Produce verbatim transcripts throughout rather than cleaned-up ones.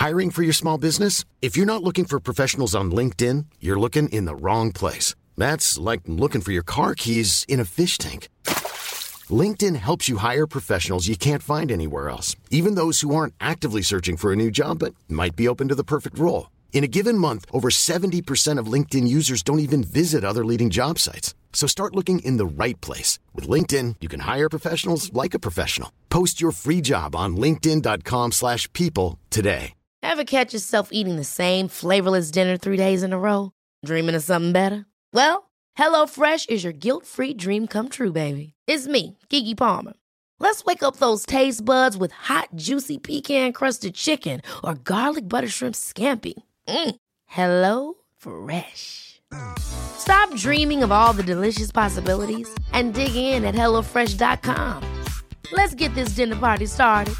Hiring for your small business? If you're not looking for professionals on LinkedIn, you're looking in the wrong place. That's like looking for your car keys in a fish tank. LinkedIn helps you hire professionals you can't find anywhere else, even those who aren't actively searching for a new job but might be open to the perfect role. In a given month, over seventy percent of LinkedIn users don't even visit other leading job sites. So start looking in the right place. With LinkedIn, you can hire professionals like a professional. Post your free job on linkedin dot com slash people today. Ever catch yourself eating the same flavorless dinner three days in a row? Dreaming of something better? Well, HelloFresh is your guilt-free dream come true, baby. It's me, Keke Palmer. Let's wake up those taste buds with hot, juicy pecan-crusted chicken or garlic butter shrimp scampi. Mm. Hello Fresh. Stop dreaming of all the delicious possibilities and dig in at hello fresh dot com. Let's get this dinner party started.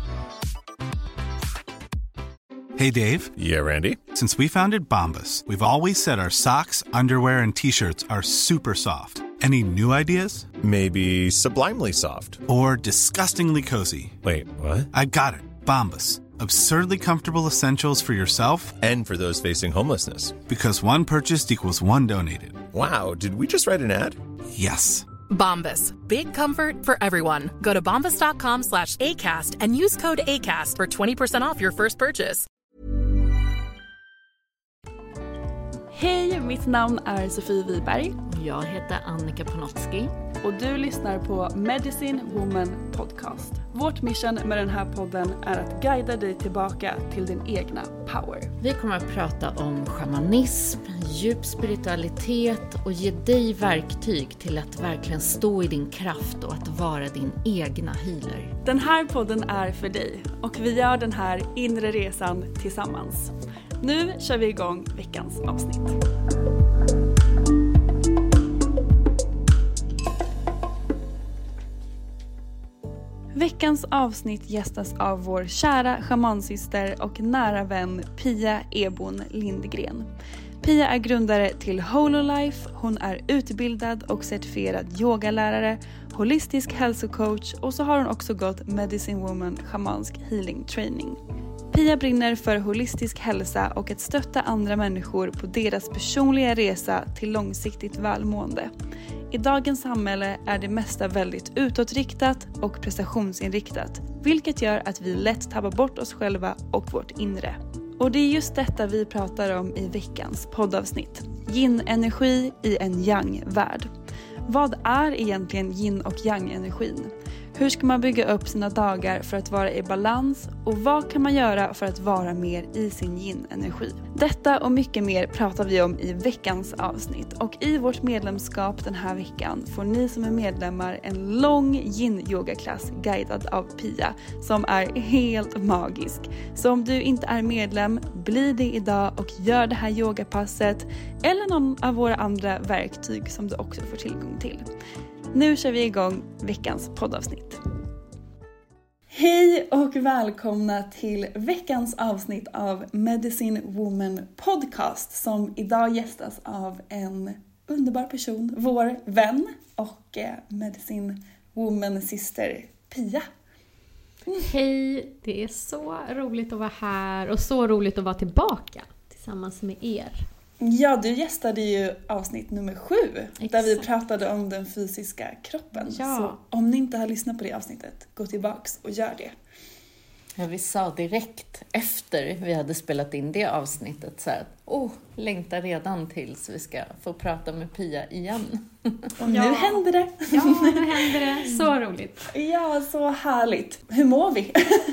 Hey, Dave. Yeah, Randy. Since we founded Bombas, we've always said our socks, underwear, and T-shirts are super soft. Any new ideas? Maybe sublimely soft. Or disgustingly cozy. Wait, what? I got it. Bombas. Absurdly comfortable essentials for yourself and for those facing homelessness. Because one purchased equals one donated. Wow, did we just write an ad? Yes. Bombas. Big comfort for everyone. Go to bombas dot com slash ACAST and use code ACAST for twenty percent off your first purchase. Hej, mitt namn är Sofie Wiberg. Jag heter Annika Panotski. Och du lyssnar på Medicine Woman Podcast. Vårt mission med den här podden är att guida dig tillbaka till din egna power. Vi kommer att prata om shamanism, djup spiritualitet och ge dig verktyg till att verkligen stå i din kraft och att vara din egna healer. Den här podden är för dig och vi gör den här inre resan tillsammans. Nu kör vi igång veckans avsnitt. Veckans avsnitt gästas av vår kära shamansyster och nära vän Pia Ebon Lindgren. Pia är grundare till Hololife, hon är utbildad och certifierad yogalärare, holistisk hälsocoach och så har hon också gått Medicine Woman Shamansk Healing Training. Pia brinner för holistisk hälsa och att stötta andra människor på deras personliga resa till långsiktigt välmående. I dagens samhälle är det mesta väldigt utåtriktat och prestationsinriktat, vilket gör att vi lätt tappar bort oss själva och vårt inre. Och det är just detta vi pratar om i veckans poddavsnitt. Yin-energi i en yang-värld. Vad är egentligen yin- och yang-energin? Hur ska man bygga upp sina dagar för att vara i balans och vad kan man göra för att vara mer i sin yin-energi? Detta och mycket mer pratar vi om i veckans avsnitt och i vårt medlemskap den här veckan får ni som är medlemmar en lång yin-yogaklass guidad av Pia som är helt magisk. Så om du inte är medlem, bli det idag och gör det här yogapasset eller någon av våra andra verktyg som du också får tillgång till. Nu kör vi igång veckans poddavsnitt. Hej och välkomna till veckans avsnitt av Medicine Woman Podcast som idag gästas av en underbar person, vår vän och Medicine Woman syster Pia. Hej, det är så roligt att vara här och så roligt att vara tillbaka tillsammans med er. Ja, du gästade ju avsnitt nummer sju. Exakt. Där vi pratade om den fysiska kroppen. Ja. Så om ni inte har lyssnat på det avsnittet, gå tillbaks och gör det. Ja, vi sa direkt efter vi hade spelat in det avsnittet så här, åh, längtar redan tills vi ska få prata med Pia igen. Och nu händer det. Ja, nu händer det. Så roligt. Ja, så härligt. Hur mår vi?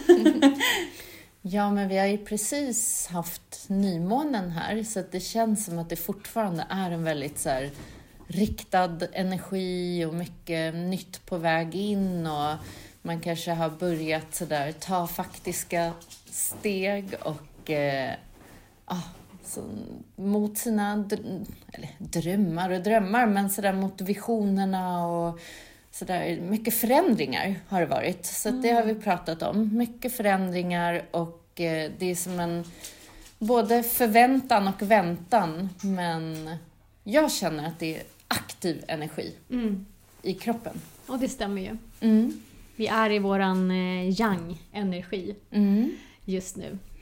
Ja, men vi har ju precis haft nymånen här så att det känns som att det fortfarande är en väldigt så här riktad energi och mycket nytt på väg in och man kanske har börjat så där ta faktiska steg och eh, ah, så, mot sina dr- eller, drömmar och drömmar men så där mot visionerna och så där mycket förändringar har det varit. Så att det har vi pratat om. Mycket förändringar och eh, det är som en både förväntan och väntan. Men jag känner att det är aktiv energi Mm. i kroppen. Och det stämmer ju. Mm. Vi är i våran eh, yang-energi Mm. just nu.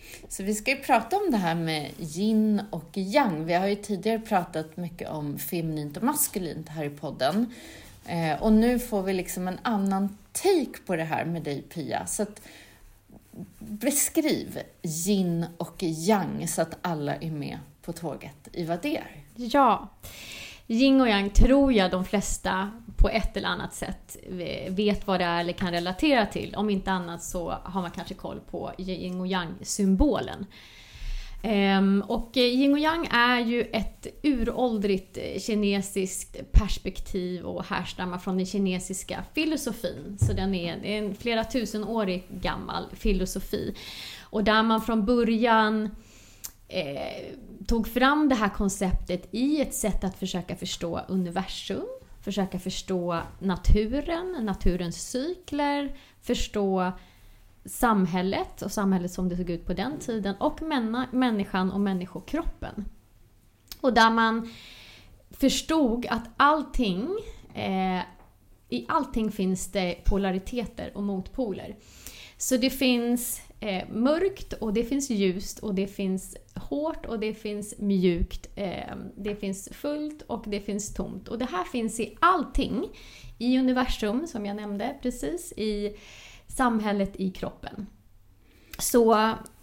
Så vi ska ju prata om det här med yin och yang. Vi har ju tidigare pratat mycket om feminint och maskulint här i podden. Eh, och nu får vi liksom en annan take på det här med dig, Pia. Så att, beskriv yin och yang så att alla är med på tåget i vad det är. Ja, yin och yang tror jag de flesta på ett eller annat sätt vet vad det är eller kan relatera till. Om inte annat så har man kanske koll på yin och yang-symbolen. Um, och yin och yang är ju ett uråldrigt kinesiskt perspektiv och härstammar från den kinesiska filosofin. Så den är en flera tusenårig gammal filosofi. Och där man från början eh, tog fram det här konceptet i ett sätt att försöka förstå universum, försöka förstå naturen, naturens cykler, förstå samhället och samhället som det såg ut på den tiden och männa, människan och människokroppen. Och där man förstod att allting, eh, i allting finns det polariteter och motpoler. Så det finns eh, mörkt och det finns ljust och det finns hårt och det finns mjukt. Eh, det finns fullt och det finns tomt. Och det här finns i allting. I universum som jag nämnde precis, i samhället, i kroppen. Så,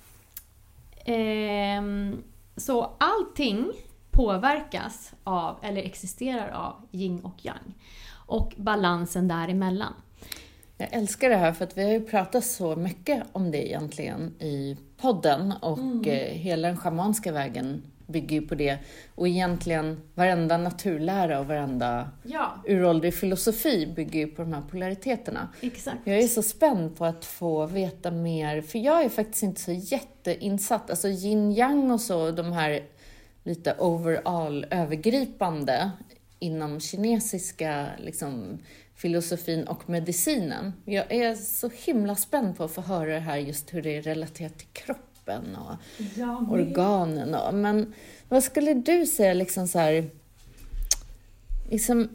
eh, så allting påverkas av eller existerar av yin och yang. Och balansen däremellan. Jag älskar det här för att vi har ju pratat så mycket om det egentligen i podden. Och mm. eh, hela den schamanska vägen bygger ju på det. Och egentligen varenda naturlära och varenda ja. uråldrig filosofi bygger ju på de här polariteterna. Exakt. Jag är så spänd på att få veta mer. För jag är faktiskt inte så jätteinsatt. Alltså yin-yang och så, de här lite overall övergripande inom kinesiska liksom, filosofin och medicinen. Jag är så himla spänd på att få höra det här, just hur det är relaterat till kroppen och ja, organen. Och, men vad skulle du säga liksom så här, liksom,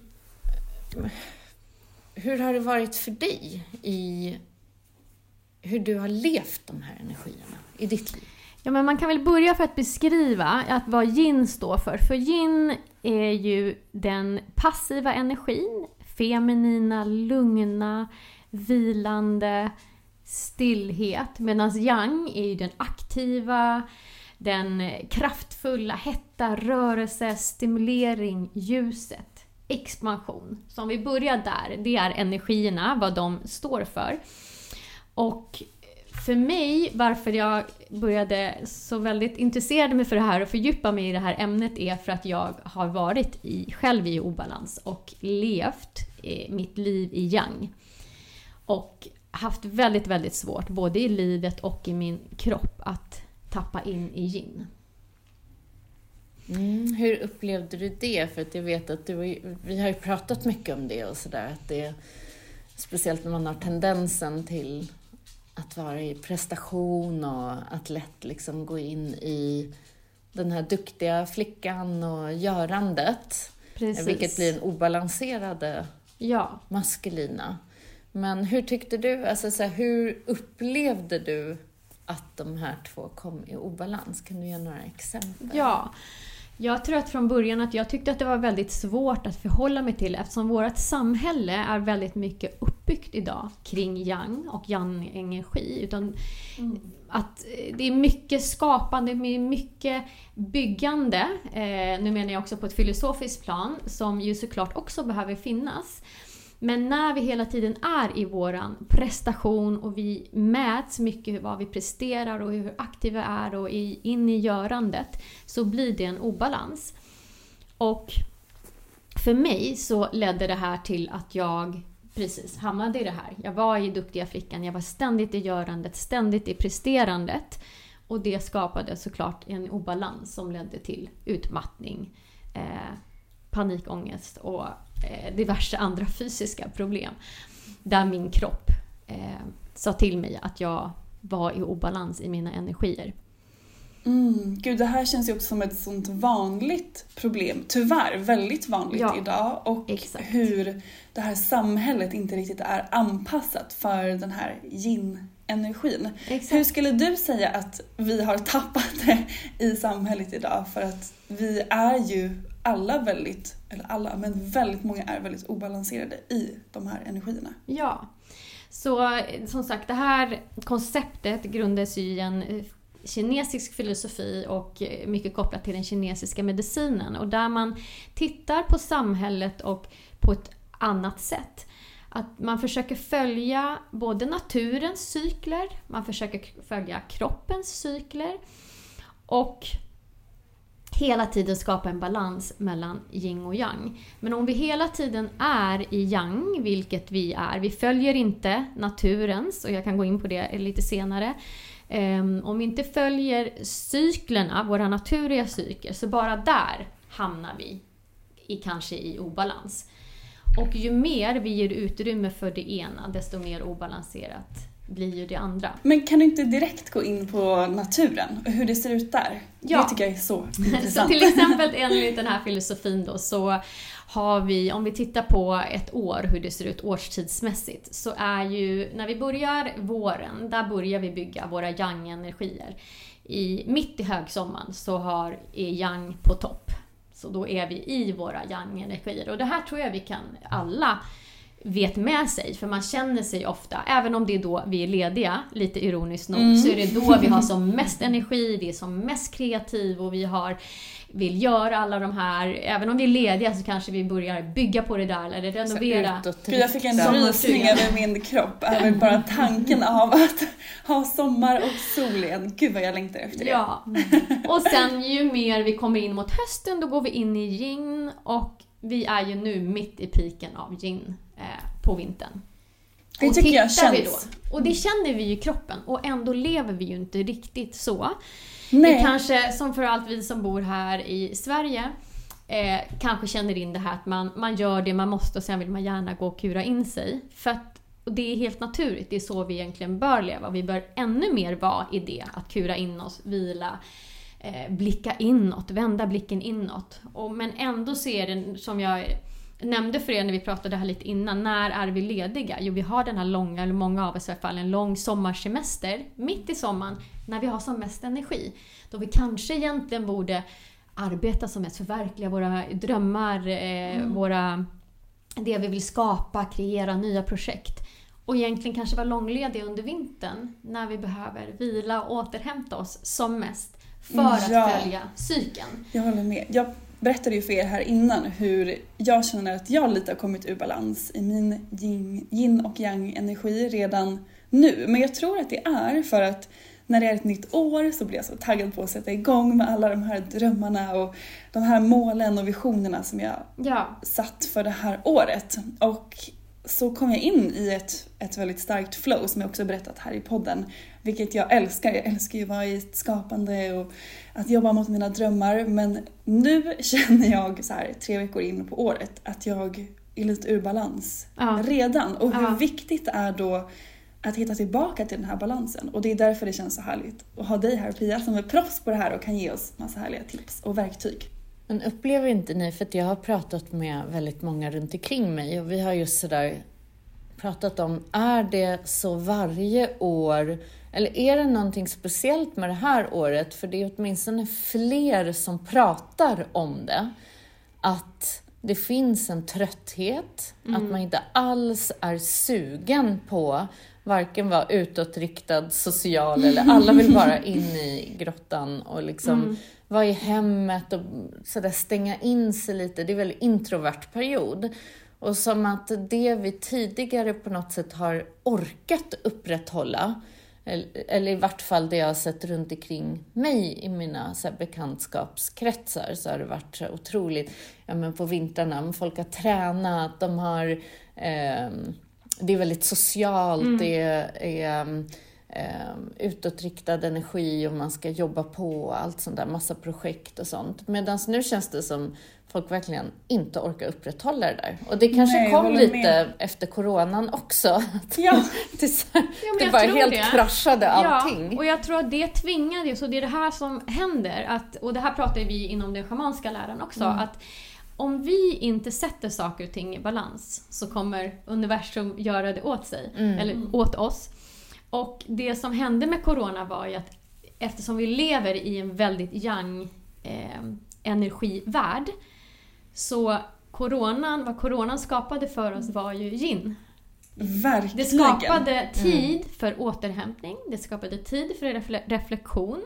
hur har det varit för dig i hur du har levt de här energierna i ditt liv? Ja, men man kan väl börja för att beskriva att vad yin står för. För yin är ju den passiva energin, feminina, lugna, vilande, stillhet. Medan yang är ju den aktiva, den kraftfulla, hetta, rörelse, stimulering, ljuset, expansion. Så om vi börjar där, det är energierna, vad de står för. Och för mig, varför jag började så väldigt intresserad mig för det här och fördjupa mig i det här ämnet är för att jag har varit i, själv i obalans och levt mitt liv i yang. Och haft väldigt, väldigt svårt både i livet och i min kropp att tappa in i yin. Mm, hur upplevde du det? För att jag vet att du, vi har ju pratat mycket om det och sådär. Att det, speciellt när man har tendensen till att vara i prestation och att lätt liksom gå in i den här duktiga flickan och görandet. Precis. Vilket blir en obalanserade ja. maskulina. Men hur tyckte du, alltså så här, hur upplevde du att de här två kom i obalans? Kan du ge några exempel? Ja, jag tror att från början att jag tyckte att det var väldigt svårt att förhålla mig till eftersom vårt samhälle är väldigt mycket uppbyggt idag kring yang och yang-energi. Utan mm. att det är mycket skapande, mycket byggande. Eh, nu menar jag också på ett filosofiskt plan som ju såklart också behöver finnas. Men när vi hela tiden är i våran prestation och vi mäts mycket vad vi presterar och hur aktiva vi är och in i görandet så blir det en obalans. Och för mig så ledde det här till att jag precis hamnade i det här. Jag var i duktiga flickan, jag var ständigt i görandet, ständigt i presterandet. Och det skapade såklart en obalans som ledde till utmattning, eh, panikångest och diverse andra fysiska problem där min kropp eh, sa till mig att jag var i obalans i mina energier. Mm, gud, det här känns ju också som ett sånt vanligt problem, tyvärr väldigt vanligt ja, idag och exakt. Hur det här samhället inte riktigt är anpassat för den här yin energin. Exakt. Hur skulle du säga att vi har tappat det i samhället idag? För att vi är ju alla väldigt, eller alla, men väldigt många är väldigt obalanserade i de här energierna. Ja, så som sagt, det här konceptet grundas ju i en kinesisk filosofi och mycket kopplat till den kinesiska medicinen. Och där man tittar på samhället och på ett annat sätt. Att man försöker följa både naturens cykler, man försöker följa kroppens cykler och hela tiden skapa en balans mellan yin och yang. Men om vi hela tiden är i yang, vilket vi är, vi följer inte naturens, och jag kan gå in på det lite senare. Um, om vi inte följer cyklerna, våra naturliga cykler, så bara där hamnar vi i, kanske i obalans. Och ju mer vi ger utrymme för det ena, desto mer obalanserat blir ju det andra. Men kan du inte direkt gå in på naturen och hur det ser ut där? Ja. Det tycker jag är så intressant. Så till exempel enligt den här filosofin då, så har vi, om vi tittar på ett år, hur det ser ut årstidsmässigt, så är ju, när vi börjar våren, där börjar vi bygga våra yang-energier. I, mitt i högsommaren så har är yang på topp. Så då är vi i våra yang-energier. Och det här tror jag vi kan alla vet med sig. För man känner sig ofta, även om det är då vi är lediga, lite ironiskt nog, mm. så är det då vi har som mest energi, vi är som mest kreativ och vi har, vill göra alla de här, även om vi är lediga så kanske vi börjar bygga på det där eller renovera. Jag fick en rysning över min kropp, över bara tanken av att ha sommar och sol igen. Gud vad jag längtar efter det. Ja. Och sen ju mer vi kommer in mot hösten, då går vi in i yin, och vi är ju nu mitt i piken av yin eh, på vintern. Det och tycker jag känns. Vi då, och det känner vi ju i kroppen, och ändå lever vi ju inte riktigt så. Nej. Det kanske, som för allt vi som bor här i Sverige, eh, kanske känner in det här att man, man gör det man måste och sen vill man gärna gå och kura in sig. För att, och det är helt naturligt, det är så vi egentligen bör leva. Vi bör ännu mer vara i det, att kura in oss, vila, eh, blicka inåt, vända blicken inåt. Och, men ändå ser det, som jag nämnde för er när vi pratade här lite innan, när är vi lediga? Jo, vi har den här långa, eller många av oss i alla fall, en lång sommarsemester mitt i sommaren, när vi har som mest energi. Då vi kanske egentligen borde arbeta som mest, förverkliga våra drömmar, eh, mm. våra, det vi vill skapa, kreera nya projekt. Och egentligen kanske vara långlediga under vintern, när vi behöver vila och återhämta oss som mest, för ja. att följa cykeln. Jag håller med. Jag berättade ju för er här innan hur jag känner att jag lite har kommit ur balans i min yin, yin och yang energi redan nu. Men jag tror att det är för att när det är ett nytt år så blir jag så taggad på att sätta igång med alla de här drömmarna och de här målen och visionerna som jag ja. satt för det här året. Och så kom jag in i ett, ett väldigt starkt flow som jag också berättat här i podden. Vilket jag älskar. Jag älskar ju att vara i ett skapande och att jobba mot mina drömmar. Men nu känner jag så här tre veckor in på året att jag är lite ur balans ja. redan. Och hur ja. viktigt det är då att hitta tillbaka till den här balansen. Och det är därför det känns så härligt att ha dig här, Pia, som är proffs på det här och kan ge oss massa härliga tips och verktyg. Men upplever inte ni, för att jag har pratat med väldigt många runt omkring mig och vi har just sådär pratat om, är det så varje år eller är det någonting speciellt med det här året? För det är åtminstone fler som pratar om det. Att det finns en trötthet, mm. att man inte alls är sugen på varken vara utåtriktad, social eller alla vill bara in i grottan och liksom mm. vara i hemmet och sådär stänga in sig lite. Det är väl en introvert period. Och som att det vi tidigare på något sätt har orkat upprätthålla, eller i vart fall det jag har sett runt omkring mig i mina så här, bekantskapskretsar, så har det varit så otroligt, ja men på vintrarna, folk har tränat, de har eh, det är väldigt socialt, mm. det är eh, utåtriktad energi och man ska jobba på och allt sånt där, massa projekt och sånt. Medan nu känns det som folk verkligen inte orkar upprätthålla det där. Och det kanske Nej, kom lite med. efter coronan också. Ja. det så, ja, det bara helt det. kraschade allting. Ja, och jag tror att det tvingade ju, så det är det här som händer. Att, och det här pratar vi inom den schamanska läran också. Mm. Att om vi inte sätter saker och ting i balans så kommer universum göra det åt sig. Mm. Eller åt oss. Och det som hände med corona var ju att eftersom vi lever i en väldigt yang eh, energivärld, så coronan, vad coronan skapade för oss var ju yin. Verkligen. Det skapade tid mm. för återhämtning, det skapade tid för refle- reflektion.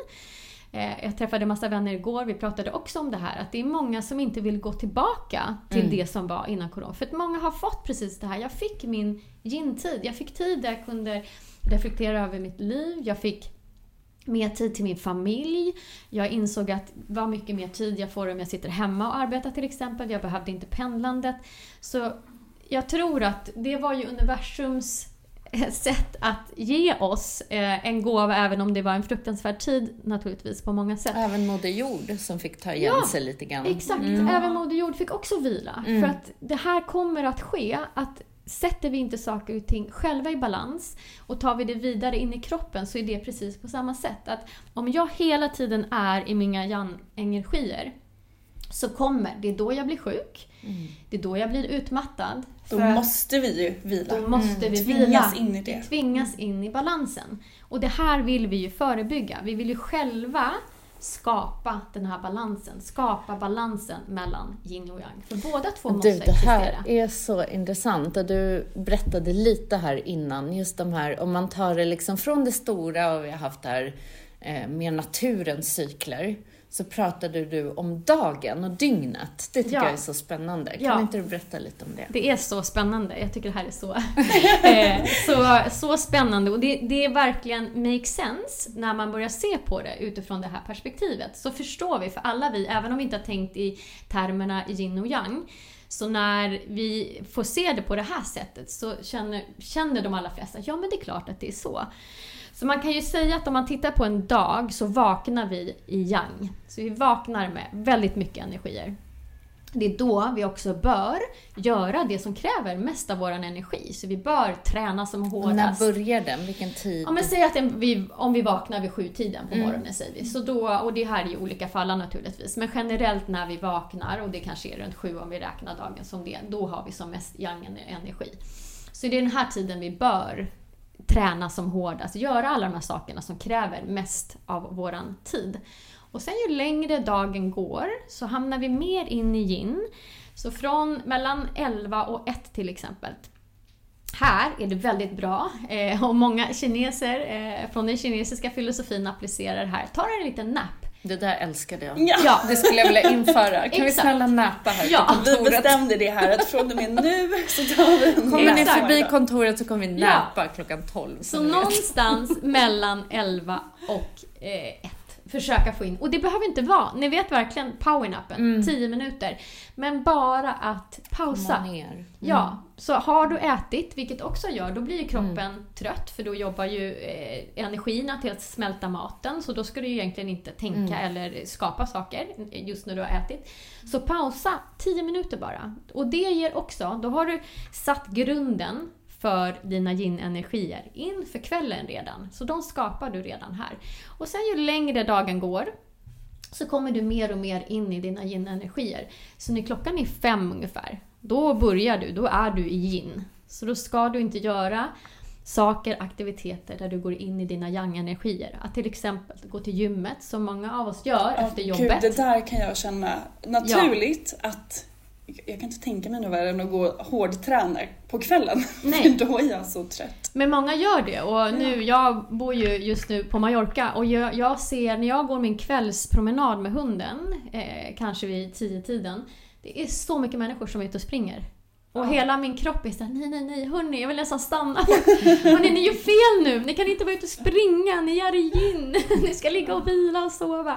Eh, jag träffade en massa vänner igår, vi pratade också om det här, att det är många som inte vill gå tillbaka till mm. det som var innan corona. För att många har fått precis det här, jag fick min yin-tid, jag fick tid där jag kunde reflektera över mitt liv, jag fick mer tid till min familj. Jag insåg att vad mycket mer tid jag får om jag sitter hemma och arbetar till exempel. Jag behövde inte pendlandet. Så jag tror att det var ju universums sätt att ge oss en gåva, även om det var en fruktansvärd tid naturligtvis på många sätt. Även Moder Jord som fick ta igen ja, sig lite grann. Exakt, mm. även Moder Jord fick också vila. Mm. För att det här kommer att ske, att sätter vi inte saker och ting själva i balans och tar vi det vidare in i kroppen, så är det precis på samma sätt. Att om jag hela tiden är i mina yang-energier, så kommer, det är då jag blir sjuk, mm. det är då jag blir utmattad. Då måste vi ju vila. Då måste mm. vi tvingas vila. in i det. Vi tvingas in i balansen. Och det här vill vi ju förebygga. Vi vill ju själva skapa den här balansen. Skapa balansen mellan yin och yang. För båda två måste existera. Det här är så intressant. Och du berättade lite här innan. Just de här, om man tar det liksom från det stora, och vi har haft här eh, med naturens cykler. Så pratade du om dagen och dygnet. Det tycker ja. jag är så spännande. Kan ja. inte du berätta lite om det? Det är så spännande. Jag tycker det här är så, eh, så, så spännande. Och det, det är verkligen make sense när man börjar se på det utifrån det här perspektivet. Så förstår vi, för alla vi, även om vi inte har tänkt i termerna yin och yang, så när vi får se det på det här sättet, så känner, känner de allra flesta, ja men det är klart att det är så. Så man kan ju säga att om man tittar på en dag, så vaknar vi i yang. Så vi vaknar med väldigt mycket energier. Det är då vi också bör göra det som kräver mest av vår energi. Så vi bör träna som hårdast. När börjar den? Vilken tid? Om, säg att vi, om vi vaknar vid sju tiden på morgonen, mm. säger vi. Så då, och det här är ju olika fall naturligtvis. Men generellt när vi vaknar, och det kanske är runt sju om vi räknar dagen som det, då har vi som mest yang-energi. Så det är den här tiden vi bör träna som hårdast, göra alla de här sakerna som kräver mest av våran tid. Och sen ju längre dagen går, så hamnar vi mer in i yin. Så från mellan elva och ett till exempel. Här är det väldigt bra, eh, och många kineser eh, från den kinesiska filosofin applicerar det här. Ta en liten nap. Det där älskade jag. Ja. ja. Det skulle jag vilja införa. Kan vi snälla nappa här ja. på kontoret? Vi bestämde det här, att från och med nu så tar vi en Kommer ni förbi kontoret så kommer vi nappa ja. klockan tolv. Så någonstans mellan elva och eh, ett. Försöka få in. Och det behöver inte vara, ni vet verkligen powernappen, mm. tio minuter. Men bara att pausa. Mm. Ja, så har du ätit, vilket också gör, då blir ju kroppen mm. trött. För då jobbar ju eh, energierna till att smälta maten. Så då ska du ju egentligen inte tänka mm. eller skapa saker just när du har ätit. Så pausa tio minuter bara. Och det ger också, då har du satt grunden för dina yin-energier inför kvällen redan. Så de skapar du redan här. Och sen ju längre dagen går, så kommer du mer och mer in i dina yin-energier. Så när klockan är fem ungefär, då börjar du, då är du i yin. Så då ska du inte göra saker, aktiviteter där du går in i dina yang-energier. Att till exempel gå till gymmet, som många av oss gör oh, efter jobbet. Gud, det där kan jag känna naturligt ja. att jag kan inte tänka mig något värre än att gå hårdträna på kvällen. Nej. Då är jag så trött. Men många gör det. Och nu, jag bor ju just nu på Mallorca. Och jag, jag ser, när jag går min kvällspromenad med hunden, eh, kanske vid tio tiden. Det är så mycket människor som är ute och springer. Och ja. hela min kropp är såhär, nej, nej, nej, hörni, jag vill nästan stanna. Hörni, ni gör fel nu. Ni kan inte vara ute och springa. Ni är in. Ni ska ligga och vila och sova.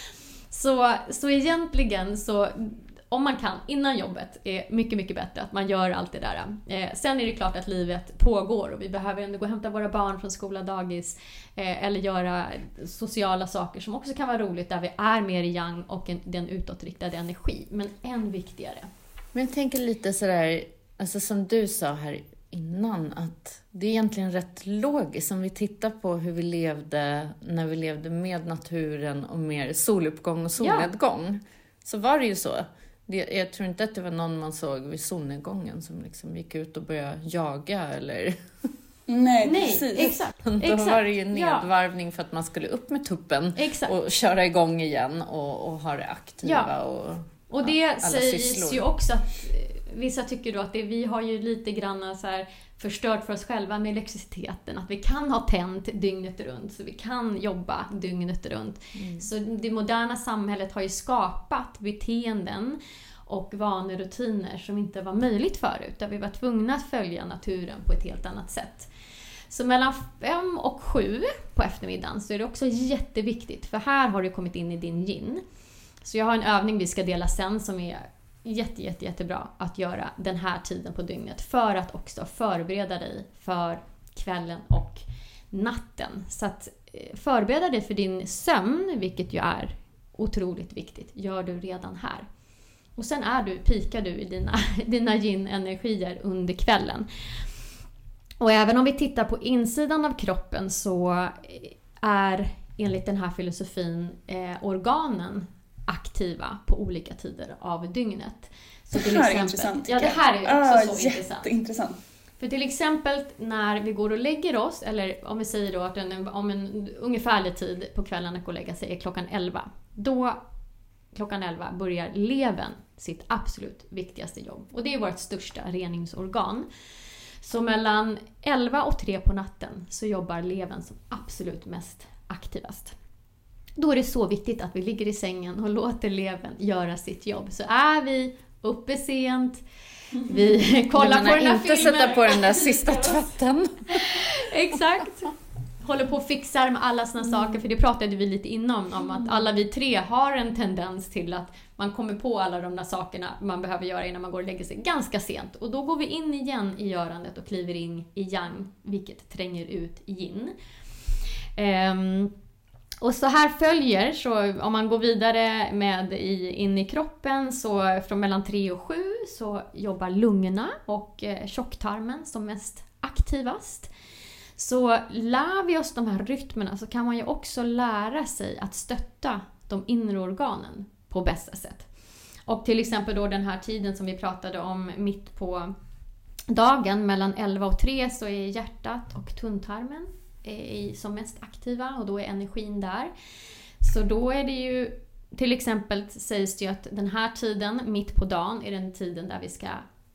Så, så egentligen så... Om man kan, innan jobbet är mycket, mycket bättre att man gör allt det där. Eh, sen är det klart att livet pågår och vi behöver ändå gå och hämta våra barn från skola, dagis eh, eller göra sociala saker som också kan vara roligt där vi är mer i yang och en, den utåtriktade energi. Men än viktigare. Men jag tänker lite sådär, alltså som du sa här innan, att det är egentligen rätt logiskt om vi tittar på hur vi levde när vi levde med naturen och mer soluppgång och solnedgång. Ja. Så var det ju så. Jag tror inte att det var någon man såg vid solnedgången som liksom gick ut och började jaga eller... Nej, Nej, precis. exakt. Då exakt. var det ju nedvarvning ja. för att man skulle upp med tuppen exakt. och köra igång igen och, och ha det aktiva. Ja. Och, och det ja, sägs sysslor. ju också att vissa tycker då att det, vi har ju lite grann så här förstört för oss själva med elektriciteten. Att vi kan ha tänt dygnet runt, så vi kan jobba dygnet runt. Mm. Så det moderna samhället har ju skapat beteenden och vanerutiner som inte var möjligt förut. Där vi var tvungna att följa naturen på ett helt annat sätt. Så mellan fem och sju på eftermiddagen så är det också jätteviktigt. För här har du kommit in i din yin. Så jag har en övning vi ska dela sen som är jätte, jätte, jättebra att göra den här tiden på dygnet. För att också förbereda dig för kvällen och natten. Så att förbereda dig för din sömn, vilket ju är otroligt viktigt, gör du redan här. Och sen är du, pikar du i dina, dina yin-energier under kvällen. Och även om vi tittar på insidan av kroppen så är enligt den här filosofin eh, organen aktiva på olika tider av dygnet. Så det här exempel, är intressant. Ja, det här är också ah, så intressant. intressant. För till exempel när vi går och lägger oss, eller om vi säger då att en, om en ungefärlig tid på kvällen att gå och lägga sig är klockan elva. Då klockan elva börjar levern sitt absolut viktigaste jobb. Och det är vårt största reningsorgan. Så mellan elva och tre på natten så jobbar levern som absolut mest aktivast. Då är det så viktigt att vi ligger i sängen och låter levern göra sitt jobb. Så är vi uppe sent, vi kollar på den här inte filmen. sätta på den där sista tvätten. Exakt. Håller på och fixar med alla såna mm. saker. För det pratade vi lite innan om att alla vi tre har en tendens till att man kommer på alla de där sakerna man behöver göra innan man går och lägger sig ganska sent. Och då går vi in igen i görandet och kliver in i yang, vilket tränger ut i yin. Um, och så här följer, så om man går vidare med i, in i kroppen, så från mellan tre och sju så jobbar lungorna och eh, tjocktarmen som mest aktivast. Så lär vi oss de här rytmerna så kan man ju också lära sig att stötta de inre organen på bästa sätt. Och till exempel då den här tiden som vi pratade om mitt på dagen mellan elva och tre så är hjärtat och tunntarmen är som mest aktiva och då är energin där. Så då är det ju till exempel sägs det ju att den här tiden mitt på dagen är den tiden där vi ska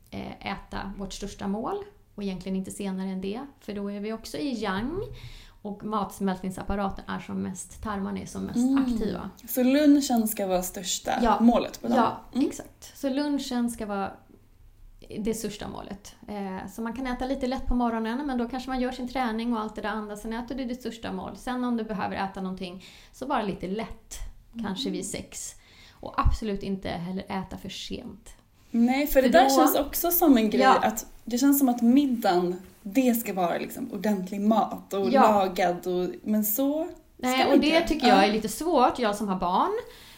äta vårt största mål. Och egentligen inte senare än det. För då är vi också i yang. Och matsmältningsapparaten är som mest, tarmarna är som mest mm. aktiva. Så lunchen ska vara största ja. målet på dagen? Ja, mm. exakt. Så lunchen ska vara det största målet. Eh, så man kan äta lite lätt på morgonen. Men då kanske man gör sin träning och allt det där andra. Sen äter du det största mål. Sen om du behöver äta någonting så bara lite lätt. Mm. Kanske vid sex. Och absolut inte heller äta för sent. Nej, för, för det där då, känns också som en grej ja. att det känns som att middagen, det ska vara liksom ordentlig mat och ja. lagad och, men så Nej, och det tycker jag är lite svårt, jag som har barn.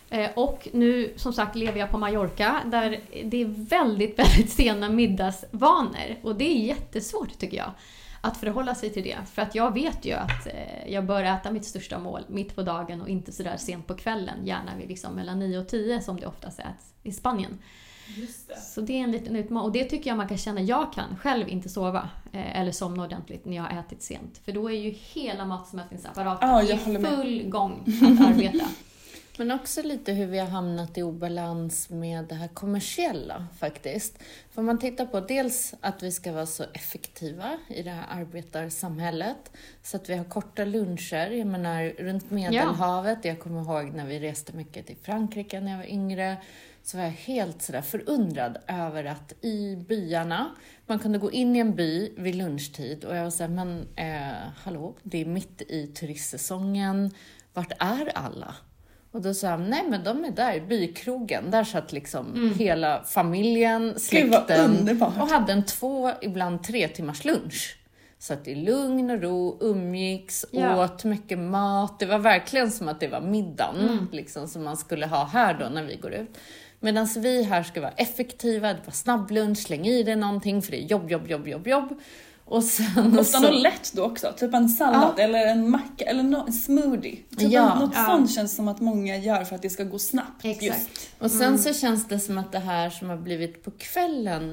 Och nu som sagt lever jag på Mallorca där det är väldigt, väldigt sena middagsvanor. Och det är jättesvårt tycker jag att förhålla sig till det. För att jag vet ju att jag bör äta mitt största mål mitt på dagen och inte sådär sent på kvällen. Gärna vid liksom mellan nio och tio som det oftast äts i Spanien. Just det. Så det är en liten utmaning. Och det tycker jag man kan känna. Jag kan själv inte sova eh, eller somna ordentligt när jag har ätit sent. För då är ju hela matsmältningsapparaten oh, i full gång att arbeta. Men också lite hur vi har hamnat i obalans med det här kommersiella faktiskt. För man tittar på dels att vi ska vara så effektiva i det här arbetarsamhället. Så att vi har korta luncher. Jag menar runt Medelhavet. Ja. Jag kommer ihåg när vi reste mycket till Frankrike när jag var yngre. Så var jag helt sådär förundrad över att i byarna, man kunde gå in i en by vid lunchtid och jag var såhär, men eh, hallå, det är mitt i turistsäsongen, vart är alla? Och då sa jag, nej men de är där i bykrogen, där satt liksom mm. hela familjen, släkten och hade en två, ibland tre timmars lunch. Så att i lugn och ro umgicks, ja. åt mycket mat. Det var verkligen som att det var middagen mm. liksom, som man skulle ha här då när vi går ut. Medan vi här ska vara effektiva, det var snabblunch, släng i det någonting för det är jobb, jobb, jobb, jobb, jobb. Och sen... Ofta så... något lätt då också, typ en sallad ja. eller en macka eller no- en smoothie. Typ ja. en, något ja. sånt känns som att många gör för att det ska gå snabbt. Exakt. Just. Och sen mm. så känns det som att det här som har blivit på kvällen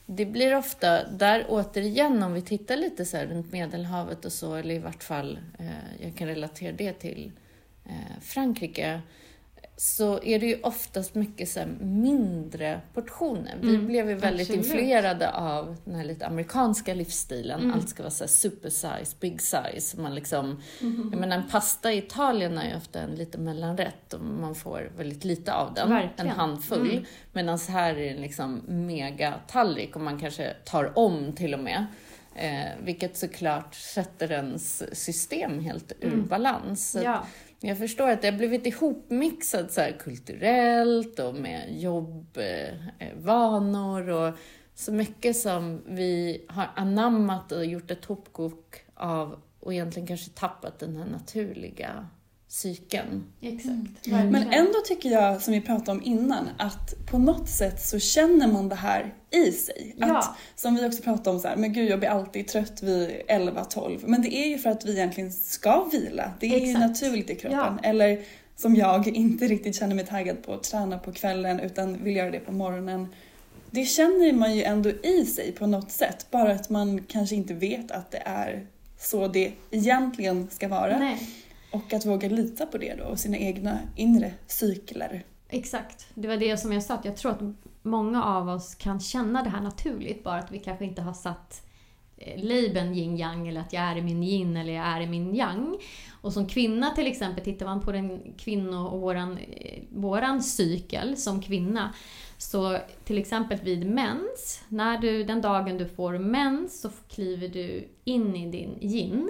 det blir ofta, där återigen om vi tittar lite så här runt Medelhavet och så, eller i vart fall, eh, jag kan relatera det till eh, Frankrike, så är det ju oftast mycket så här mindre portioner. Vi mm, blev ju väldigt absolut. influerade av den här lite amerikanska livsstilen. Mm. Allt ska vara så här super size, big size. Man liksom, mm. jag menar, en pasta i Italien är ju ofta en lite mellanrätt och man får väldigt lite av den. Verkligen. En handfull. Mm. Medan här är det liksom mega tallrik och man kanske tar om till och med. Eh, vilket såklart sätter ens system helt ur mm. balans. Ja. Jag förstår att det har blivit ihopmixat så här kulturellt och med jobbvanor och så mycket som vi har anammat och gjort ett hopkok av och egentligen kanske tappat den här naturliga cykeln. Exakt. Mm. Men ändå tycker jag, som vi pratade om innan, att på något sätt så känner man det här i sig. Att, ja. Som vi också pratade om så här, men gud, jag blir alltid trött vid elva tolv. Men det är ju för att vi egentligen ska vila. Det är Exakt. ju naturligt i kroppen. Ja. Eller som jag inte riktigt känner mig taggad på att träna på kvällen utan vill göra det på morgonen. Det känner man ju ändå i sig på något sätt. Bara att man kanske inte vet att det är så det egentligen ska vara. Nej. Och att våga lita på det då och sina egna inre cykler. Exakt. Det var det som jag sa. Att jag tror att många av oss kan känna det här naturligt. Bara att vi kanske inte har satt labeln yin-yang eller att jag är i min yin eller jag är i min yang. Och som kvinna till exempel, tittar man på den kvinno och våran, våran cykel som kvinna. Så till exempel vid mens, när du, den dagen du får mens så kliver du in i din yin.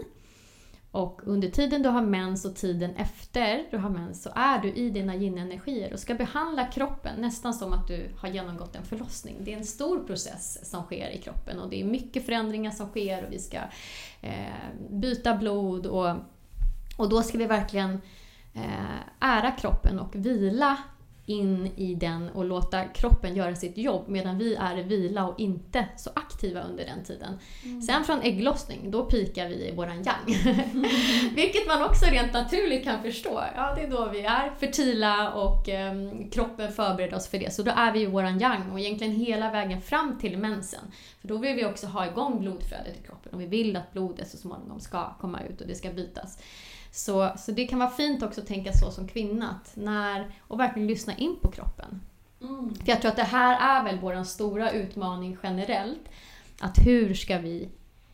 Och under tiden du har mens och tiden efter du har mens så är du i dina yin-energier och ska behandla kroppen nästan som att du har genomgått en förlossning. Det är en stor process som sker i kroppen och det är mycket förändringar som sker och vi ska eh, byta blod och, och då ska vi verkligen eh, ära kroppen och vila in i den och låta kroppen göra sitt jobb medan vi är i vila och inte så aktiva under den tiden. Mm. Sen från ägglossning, då pikar vi i våran yang. Mm. Vilket man också rent naturligt kan förstå. Ja, det är då vi är fertila och um, kroppen förbereder oss för det. Så då är vi i våran yang och egentligen hela vägen fram till mensen. För då vill vi också ha igång blodflödet i kroppen och vi vill att blodet så småningom ska komma ut och det ska bytas. Så, så det kan vara fint också att tänka så som kvinna att när, och verkligen lyssna in på kroppen. Mm. För jag tror att det här är väl vår stora utmaning generellt. Att hur ska vi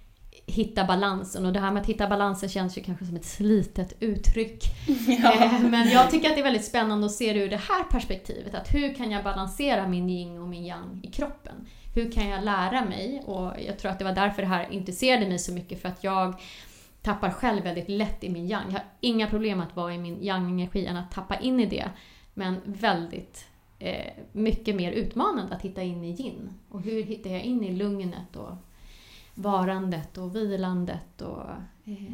hitta balansen? Och det här med att hitta balansen känns ju kanske som ett slitet uttryck. Ja. Men jag tycker att det är väldigt spännande att se det ur det här perspektivet. Att hur kan jag balansera min yin och min yang i kroppen? Hur kan jag lära mig? Och jag tror att det var därför det här intresserade mig så mycket. För att jag tappar själv väldigt lätt i min yang. Jag har inga problem att vara i min yang-energi än att tappa in i det. Men väldigt eh, mycket mer utmanande att hitta in i yin. Och hur hittar jag in i lugnet och varandet och vilandet och... Eh.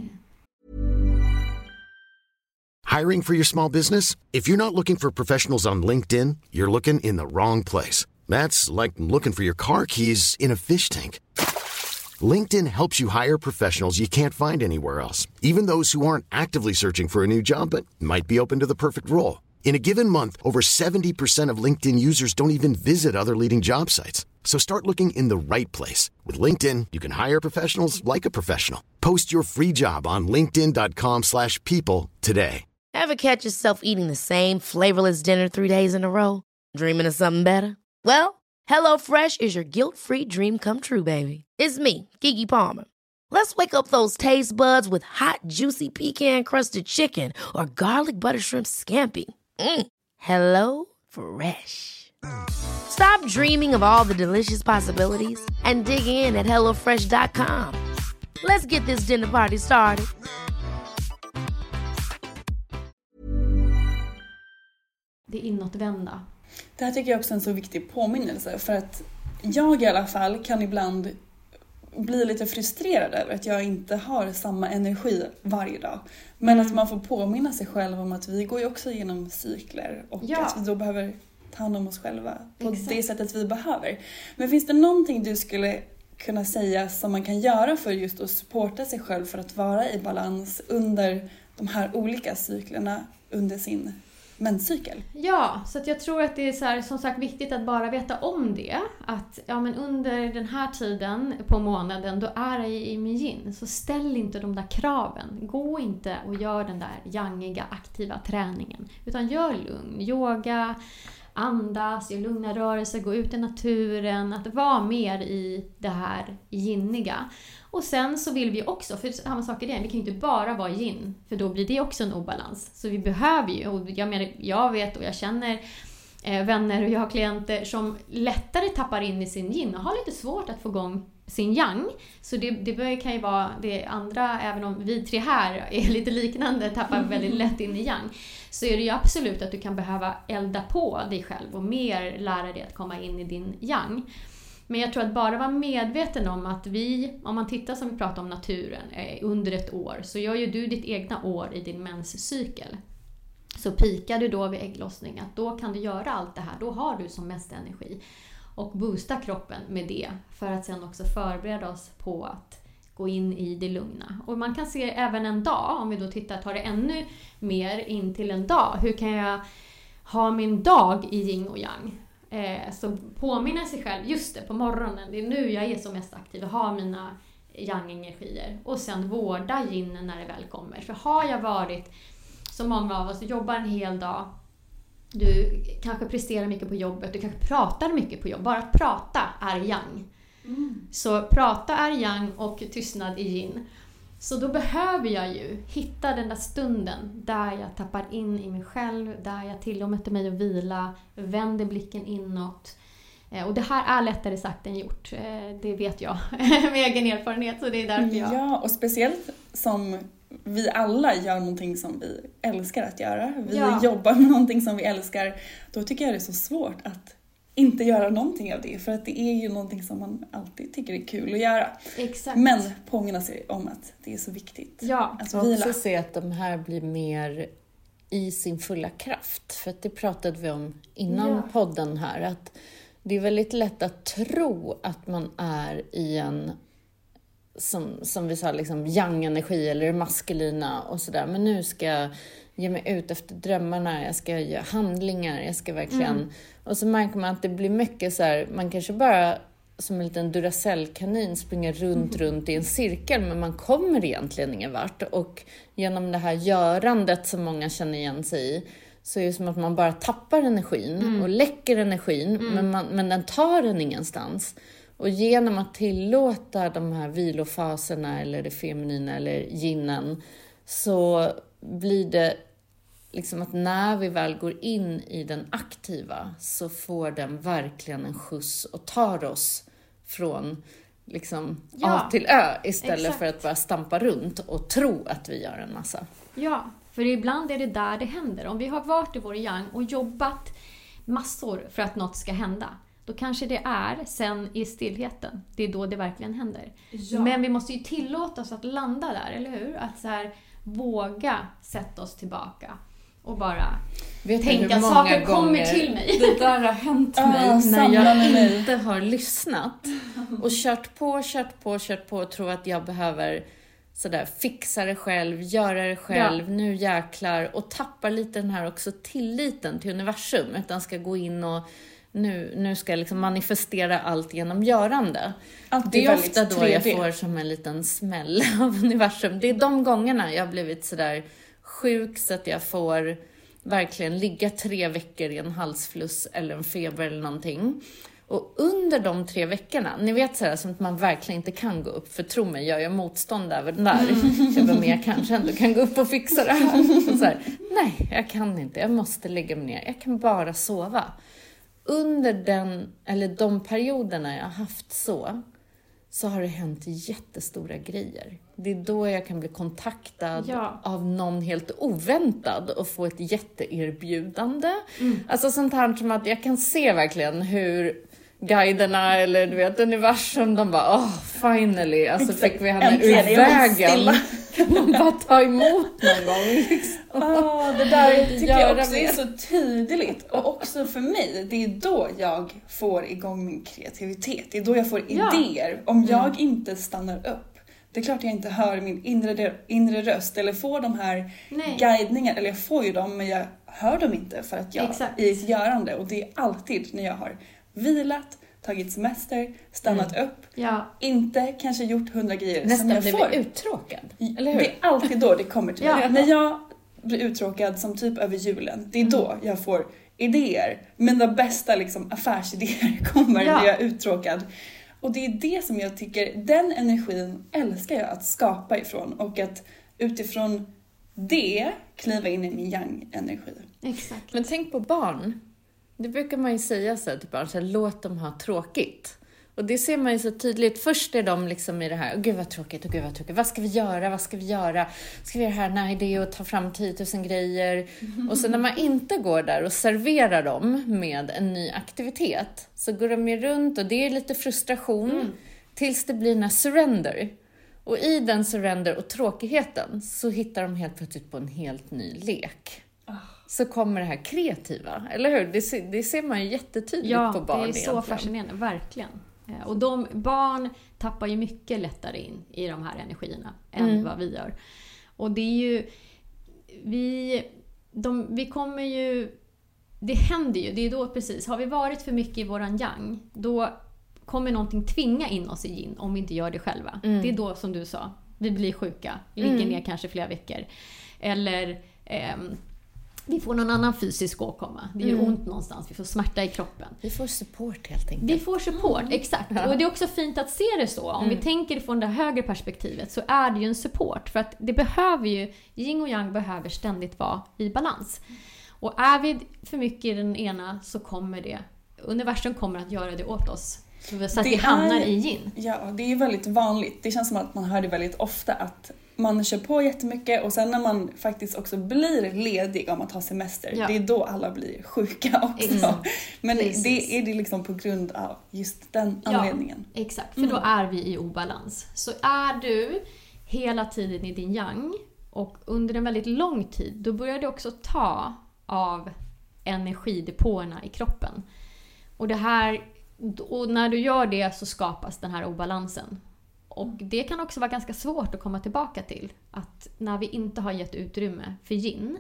Hiring for your small business? If you're not looking for professionals on LinkedIn, you're looking in the wrong place. That's like looking for your car keys in a fish tank. LinkedIn helps you hire professionals you can't find anywhere else, even those who aren't actively searching for a new job but might be open to the perfect role. In a given month, over seventy percent of LinkedIn users don't even visit other leading job sites. So start looking in the right place. With LinkedIn, you can hire professionals like a professional. Post your free job on linkedin dot com slash people today. Ever catch yourself eating the same flavorless dinner three days in a row? Dreaming of something better? Well, HelloFresh is your guilt-free dream come true, baby. It's me, Keke Palmer. Let's wake up those taste buds with hot, juicy pecan-crusted chicken or garlic butter shrimp scampi. Mm. Hello Fresh. Stop dreaming of all the delicious possibilities and dig in at hello fresh dot com. Let's get this dinner party started. Det är inåtvända. Det här tycker jag också är en så viktig påminnelse. För att jag i alla fall kan ibland bli lite frustrerad över att jag inte har samma energi varje dag. Men mm. att man får påminna sig själv om att vi går ju också igenom cykler. Och ja. att vi då behöver ta hand om oss själva på Exakt. det sättet vi behöver. Men finns det någonting du skulle kunna säga som man kan göra för just att supporta sig själv för att vara i balans under de här olika cyklerna under sin menscykel. Ja, så att jag tror att det är så här, som sagt viktigt att bara veta om det. Att ja, men under den här tiden på månaden, då är jag i min yin. Så ställ inte de där kraven. Gå inte och gör den där yangiga, aktiva träningen. Utan gör lugn. Yoga, andas, gör lugna rörelser, gå ut i naturen. Att vara mer i det här yinniga. Och sen så vill vi också, för samma sak är det, vi kan ju inte bara vara yin, för då blir det också en obalans. Så vi behöver ju, och jag menar, jag vet och jag känner eh, vänner och jag har klienter som lättare tappar in i sin yin och har lite svårt att få igång sin yang. Så det, det kan ju vara det andra, även om vi tre här är lite liknande, tappar väldigt lätt in i yang. Så är det ju absolut att du kan behöva elda på dig själv och mer lära dig att komma in i din yang. Men jag tror att bara vara medveten om att vi, om man tittar som vi pratar om naturen, under ett år så gör ju du ditt egna år i din menscykel. Så pikar du då vid ägglossning, att då kan du göra allt det här, då har du som mest energi. Och boosta kroppen med det för att sen också förbereda oss på att gå in i det lugna. Och man kan se även en dag, om vi då tittar, tar det ännu mer in till en dag. Hur kan jag ha min dag i yin och yang? Eh, så påminna sig själv, just det, på morgonen, det är nu jag är som mest aktiv och har mina yang-energier. Och sen vårda yin när det väl kommer. För har jag varit, som många av oss, jobbar en hel dag, du kanske presterar mycket på jobbet, du kanske pratar mycket på jobbet, bara att prata är yang. Mm. Så prata är yang och tystnad är yin. Så då behöver jag ju hitta den där stunden där jag tappar in i mig själv, där jag tillåter mig att vila, vänder blicken inåt. Och det här är lättare sagt än gjort, det vet jag med egen erfarenhet, så det är därför jag... Ja, och speciellt som vi alla gör någonting som vi älskar att göra. Vi ja. jobbar med någonting som vi älskar. Då tycker jag det är så svårt att inte göra någonting av det. För att det är ju någonting som man alltid tycker är kul att göra. Exakt. Men påminna sig om att det är så viktigt ja. att vila. Och också se att de här blir mer i sin fulla kraft. För att det pratade vi om innan ja. podden här. Att det är väldigt lätt att tro att man är i en... Som, som vi sa, liksom yang-energi eller maskulina och sådär. Men nu ska jag ge mig ut efter drömmarna. Jag ska göra handlingar. Jag ska verkligen... Mm. Och så märker man att det blir mycket så här... Man kanske bara som en liten Duracell-kanin springer runt, mm. runt i en cirkel. Men man kommer egentligen ingen vart. Och genom det här görandet som många känner igen sig i. Så är det som att man bara tappar energin. Mm. Och läcker energin. Mm. Men, man, men den tar den ingenstans. Och genom att tillåta de här vilofaserna eller det feminina eller yinen, så blir det liksom att när vi väl går in i den aktiva så får den verkligen en skjuts och tar oss från liksom ja, A till Ö istället exakt. för att bara stampa runt och tro att vi gör en massa. Ja, för ibland är det där det händer. Om vi har varit i vår yang och jobbat massor för att något ska hända, då kanske det är sen i stillheten. Det är då det verkligen händer. Ja. Men vi måste ju tillåta oss att landa där, eller hur? Att så här, våga sätta oss tillbaka och bara vet tänka att saker kommer till mig. Det där har hänt mig uh, när jag inte har lyssnat. Och kört på, kört på, kört på och tror att jag behöver sådär, fixa det själv, göra det själv, ja. nu jäklar. Och tappar lite den här också tilliten till universum. Utan ska gå in och Nu, nu ska jag liksom manifestera allt genom görande. Allt det är ofta då tre D. Jag får som en liten smäll av universum. Det är de gångerna jag har blivit sådär sjuk så att jag får verkligen ligga tre veckor i en halsfluss eller en feber eller någonting. Och under de tre veckorna, ni vet sådär som att man verkligen inte kan gå upp. För tro mig, jag gör motstånd över den där. Jag bara, men jag kanske ändå kan gå upp och fixa det här. Och så här, nej, jag kan inte. Jag måste lägga mig ner. Jag kan bara sova. Under den, eller de perioderna jag har haft så, så har det hänt jättestora grejer. Det är då jag kan bli kontaktad ja. av någon helt oväntad och få ett jätteerbjudande. Mm. Alltså sånt här som att jag kan se verkligen hur guiderna eller du vet universum, de bara, oh finally, alltså fick vi henne ur vägen. Kan man bara ta emot någon gång liksom. Oh, det där tycker jag också är så tydligt. Och också för mig, det är då jag får igång min kreativitet. Det är då jag får ja. idéer. Om jag mm. inte stannar upp, det är klart jag inte hör min inre, inre röst eller får de här Nej. guidningar, eller jag får ju dem men jag hör dem inte för att jag Exakt. i ett görande, och det är alltid när jag har vilat, tagit semester, stannat mm. upp, ja. inte kanske gjort hundra grejer nästan som jag blir får. uttråkad, eller hur? Det är alltid då det kommer till mig. ja. När jag blir uttråkad som typ över julen, det är mm. då jag får idéer. Mina bästa liksom, affärsidéer kommer ja. när jag är uttråkad. Och det är det som jag tycker, den energin älskar jag att skapa ifrån. Och att utifrån det kliva in i min yang-energi. Exakt. Men tänk på barn. Det brukar man ju säga så här till barn, så här, låt dem ha tråkigt. Och det ser man ju så tydligt. Först är de liksom i det här, åh gud vad tråkigt, åh gud vad tråkigt. Vad ska vi göra, vad ska vi göra? Ska vi göra det här? Nej, det är att ta fram tio tusen grejer. Och så när man inte går där och serverar dem med en ny aktivitet, så går de ju runt och det är lite frustration. Mm. Tills det blir en surrender. Och i den surrender och tråkigheten så hittar de helt plötsligt på en helt ny lek. Så kommer det här kreativa, eller hur? Det ser, det ser man ju jättetydligt ja, på barn. Ja, det är så egentligen. Fascinerande, verkligen. Och de barn tappar ju mycket lättare in i de här energierna än mm. vad vi gör. Och det är ju, vi, de, vi kommer ju, det händer ju, det är då precis, har vi varit för mycket i våran yang, då kommer någonting tvinga in oss i yin om vi inte gör det själva. Mm. Det är då som du sa, vi blir sjuka, ligger mm. ner kanske flera veckor. Eller ehm, vi får någon annan fysisk åkomma. Det är ju mm. ont någonstans. Vi får smärta i kroppen. Vi får support helt enkelt. Vi får support, mm. exakt. Ja. Och det är också fint att se det så. Om mm. vi tänker från det högre perspektivet så är det ju en support. För att det behöver ju, yin och yang behöver ständigt vara i balans. Och är vi för mycket i den ena så kommer det, universum kommer att göra det åt oss. Så att det vi hamnar är, i yin. Ja, det är väldigt vanligt. Det känns som att man hör det väldigt ofta att man kör på jättemycket och sen när man faktiskt också blir ledig om att ha semester, ja. Det är då alla blir sjuka också. Exakt. Men Precis. det är det liksom på grund av just den anledningen. Ja, exakt, för mm. då är vi i obalans. Så är du hela tiden i din yang och under en väldigt lång tid, då börjar du också ta av energidepåerna i kroppen. Och det här, och när du gör det så skapas den här obalansen. Och det kan också vara ganska svårt att komma tillbaka till. Att när vi inte har gett utrymme för yin.